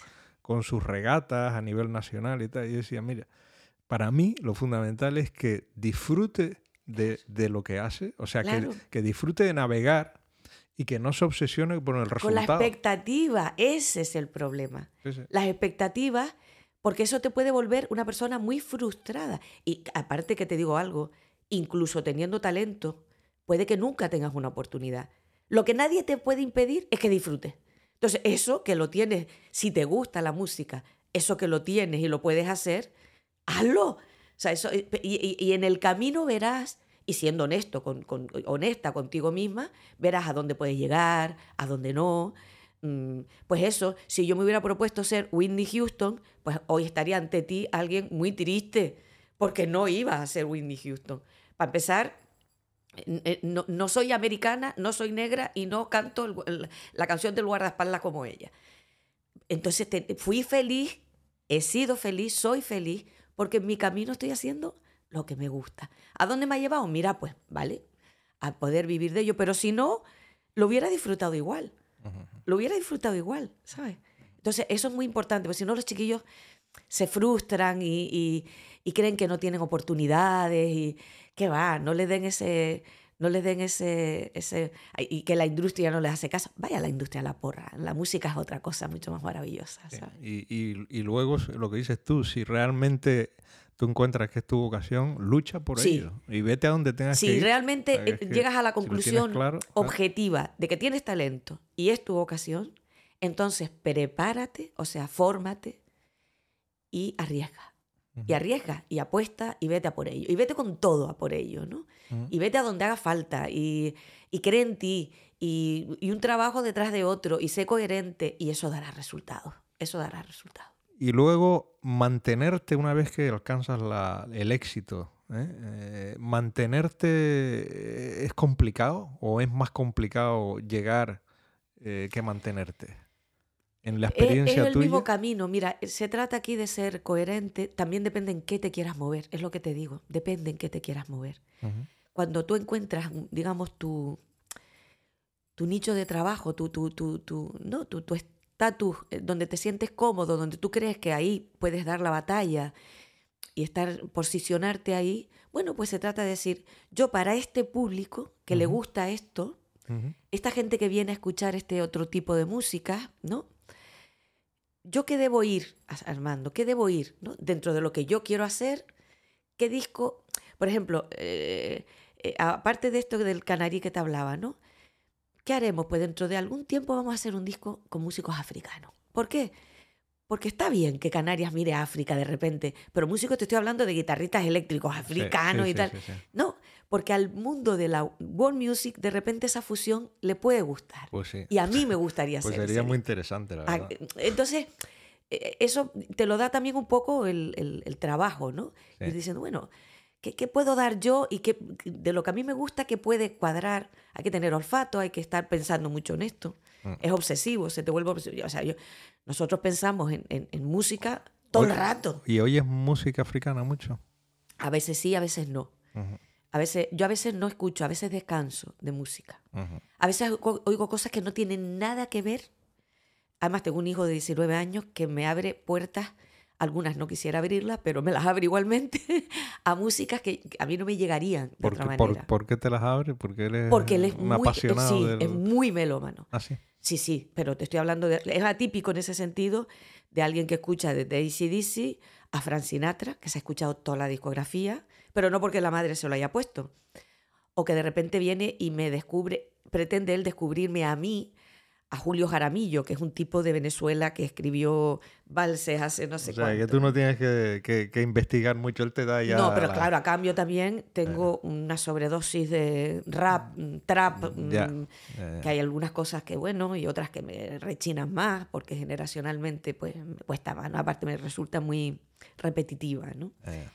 con sus regatas a nivel nacional y tal? Y yo decía, mira, para mí lo fundamental es que disfrute de lo que hace, o sea, Claro, que disfrute de navegar y que no se obsesione por el con la resultado. expectativa, ese es el problema. Sí, sí. Las expectativas, porque eso te puede volver una persona muy frustrada. Y aparte que te digo algo, incluso teniendo talento, puede que nunca tengas una oportunidad. Lo que nadie te puede impedir es que disfrutes. Entonces, eso que lo tienes, si te gusta la música, eso que lo tienes y lo puedes hacer, hazlo. O sea, eso, y en el camino verás, y siendo honesto, honesta contigo misma, verás a dónde puedes llegar, a dónde no. Pues eso, si yo me hubiera propuesto ser Whitney Houston, pues hoy estaría ante ti alguien muy triste, porque no iba a ser Whitney Houston. Para empezar, no soy americana, no soy negra y no canto la canción del guardaespaldas como ella. Entonces fui feliz, he sido feliz, soy feliz, porque en mi camino estoy haciendo lo que me gusta. ¿A dónde me ha llevado? Mira, pues, ¿vale? A poder vivir de ello, pero si no, lo hubiera disfrutado igual. Lo hubiera disfrutado igual, ¿sabes? Entonces, eso es muy importante, porque si no, los chiquillos se frustran y creen que no tienen oportunidades y que va, no les den ese, y que la industria no les hace caso. Vaya la industria a la porra. La música es otra cosa mucho más maravillosa, ¿sabes? Y luego lo que dices tú, si realmente tú encuentras que es tu vocación, lucha por Sí. ello y vete a donde tengas que Si ir. realmente Es que llegas a la si lo tienes conclusión claro, objetiva de que tienes talento y es tu vocación, entonces prepárate, o sea, fórmate y arriesga. Y arriesga, y apuesta, y vete a por ello. Y vete con todo a por ello, ¿no? Y vete a donde haga falta, y cree en ti, y un trabajo detrás de otro, y sé coherente, y eso dará resultados. Eso dará resultados. Y luego mantenerte una vez que alcanzas el éxito. ¿Mantenerte es complicado o es más complicado llegar que mantenerte? En la Es experiencia el mismo tuya. camino. Mira, se trata aquí de ser coherente. También depende en qué te quieras mover. Es lo que te digo. Depende en qué te quieras mover. Ujú. Cuando tú encuentras, digamos, tu nicho de trabajo, ¿no? tu estatus, donde te sientes cómodo, donde tú crees que ahí puedes dar la batalla y posicionarte ahí, bueno, pues se trata de decir, yo para este público que le gusta esto, Ujú. esta gente que viene a escuchar este otro tipo de música, ¿no? ¿Yo qué debo ir, Armando? ¿Qué debo ir? ¿No? Dentro de lo que yo quiero hacer, ¿qué disco? Por ejemplo, aparte de esto del canarí que te hablaba, ¿no? ¿Qué haremos? Pues dentro de algún tiempo vamos a hacer un disco con músicos africanos. ¿Por qué? porque está bien que Canarias mire a África de repente, pero músicos te estoy hablando de guitarristas eléctricos africanos y tal. Sí. No, porque al mundo de la world music de repente esa fusión le puede gustar. Pues sí. Y a mí me gustaría Pues hacer sería muy interesante, la verdad. Entonces, eso te lo da también un poco el trabajo, ¿no? Sí. Ir diciendo, bueno, ¿qué puedo dar yo? Y de lo que a mí me gusta, ¿qué puede cuadrar? Hay que tener olfato, hay que estar pensando mucho en esto. Es obsesivo, se te vuelve obsesivo. O sea, nosotros pensamos en música todo el rato. ¿Y oyes música africana mucho? A veces sí, a veces no. Yo a veces no escucho, a veces descanso de música. A veces oigo cosas que no tienen nada que ver. Además, tengo un hijo de 19 años que me abre puertas, algunas no quisiera abrirlas, pero me las abre igualmente, a músicas que a mí no me llegarían de otra manera. ¿Por qué te las abre? Porque él es un muy apasionado es muy melómano. ¿Ah, sí? Sí, pero te estoy hablando es atípico en ese sentido de alguien que escucha desde AC/DC a Frank Sinatra, que se ha escuchado toda la discografía, pero no porque la madre se lo haya puesto. O que de repente viene y me pretende él descubrirme a mí, a Julio Jaramillo, que es un tipo de Venezuela que escribió valses hace no sé cuánto. O sea, que tú no tienes que investigar mucho, él te da ya... No, pero claro, a cambio también tengo una sobredosis de rap, trap, que hay algunas cosas que, bueno, y otras que me rechinan más, porque generacionalmente pues me cuesta más, ¿no? Aparte me resulta muy repetitiva, ¿no?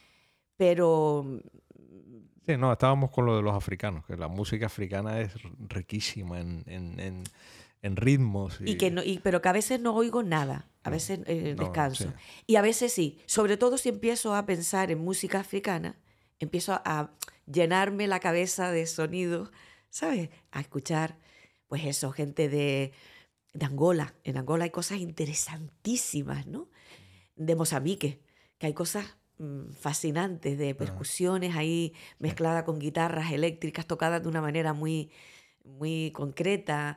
Pero... Sí, no, estábamos con lo de los africanos, que la música africana es riquísima en ritmos. Pero que a veces no oigo nada, a veces descanso. Sí. Y a veces sí, sobre todo si empiezo a pensar en música africana, empiezo a llenarme la cabeza de sonidos, ¿sabes? A escuchar, pues eso, gente de Angola. En Angola hay cosas interesantísimas, ¿no? De Mozambique, que hay cosas fascinantes de percusiones ahí mezcladas con guitarras eléctricas tocadas de una manera muy, muy concreta.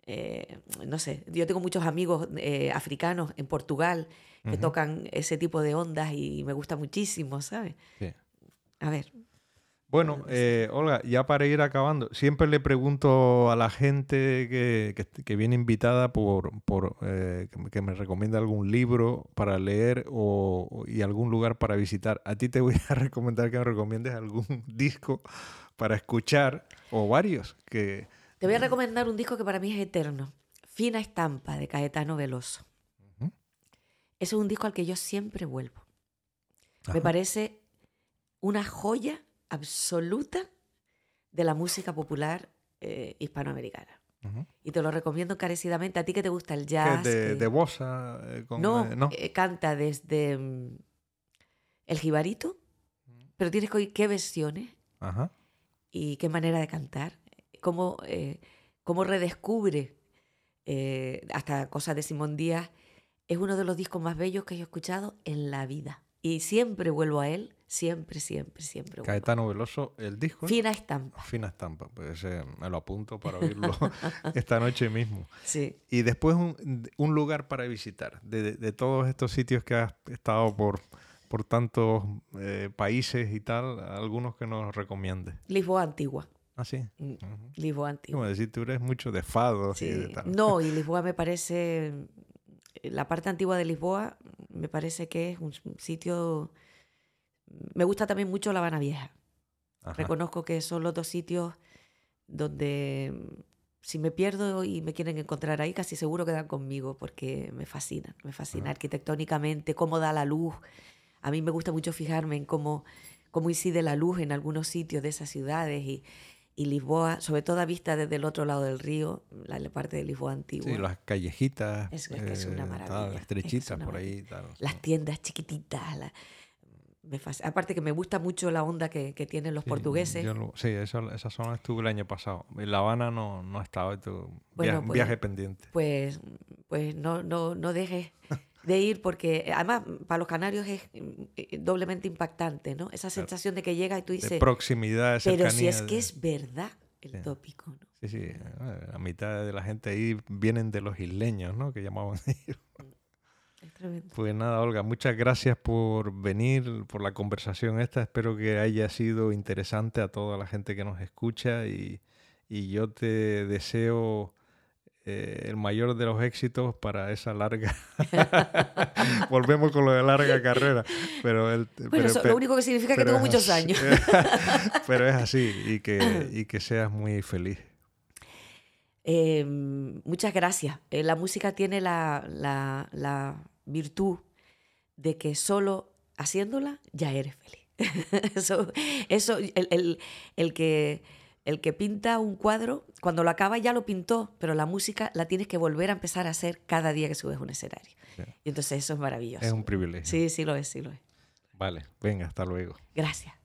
No sé, yo tengo muchos amigos africanos en Portugal que tocan ese tipo de ondas y me gusta muchísimo, ¿sabes? Sí. A ver. Bueno, Olga, ya para ir acabando, siempre le pregunto a la gente que viene invitada que me recomienda algún libro para leer y algún lugar para visitar. A ti te voy a recomendar que me recomiendes algún disco para escuchar o varios que... Te voy a recomendar un disco que para mí es eterno. Fina Estampa, de Caetano Veloso. Ese es un disco al que yo siempre vuelvo. Me parece una joya absoluta de la música popular hispanoamericana. Y te lo recomiendo encarecidamente. ¿A ti que te gusta el jazz? ¿De bossa? No. Canta desde El Jibarito, pero tienes que oír qué versiones y qué manera de cantar. Cómo redescubre hasta cosas de Simón Díaz. Es uno de los discos más bellos que yo he escuchado en la vida. Y siempre vuelvo a él, siempre vuelvo. Caetano Veloso, el disco. Fina Estampa. Fina Estampa, pues me lo apunto para oírlo esta noche mismo. Sí. Y después un lugar para visitar, de todos estos sitios que has estado por tantos países y tal, algunos que nos recomiendes. Lisboa Antigua. ¿Ah, sí? Lisboa Antigua. Como decir, tú eres mucho de fados y de tal. No, y Lisboa me parece... La parte antigua de Lisboa me parece que es un sitio... Me gusta también mucho La Habana Vieja. Reconozco que son los dos sitios donde si me pierdo y me quieren encontrar ahí, casi seguro quedan conmigo porque me fascina arquitectónicamente, cómo da la luz. A mí me gusta mucho fijarme en cómo incide la luz en algunos sitios de esas ciudades y Lisboa, sobre todo a vista desde el otro lado del río, la parte de Lisboa Antigua. Sí, las callejitas. Es una maravilla. Tal, estrechitas por ahí. Tal, las tiendas chiquititas. Aparte que me gusta mucho la onda que tienen los portugueses. Esa zona estuve el año pasado. En La Habana no estaba. Viaje pendiente. Pues no dejes de ir porque además para los canarios es doblemente impactante, ¿no? Esa sensación de que llega y tú dices... De proximidad, de cercanía. Pero si es que es verdad el tópico, ¿no? Sí. La mitad de la gente ahí vienen de los isleños, ¿no? Que llamaban ellos. Pues nada, Olga, muchas gracias por venir, por la conversación esta. Espero que haya sido interesante a toda la gente que nos escucha y yo te deseo el mayor de los éxitos para esa larga... Volvemos con lo de larga carrera. Bueno, eso lo único que significa que tengo muchos años. Pero es así, y que seas muy feliz. Muchas gracias. La música tiene la virtud de que solo haciéndola ya eres feliz. Eso el que pinta un cuadro, cuando lo acaba ya lo pintó, pero la música la tienes que volver a empezar a hacer cada día que subes a un escenario. Sí. Y entonces eso es maravilloso. Es un privilegio. Sí, sí lo es, sí lo es. Vale, venga, hasta luego. Gracias.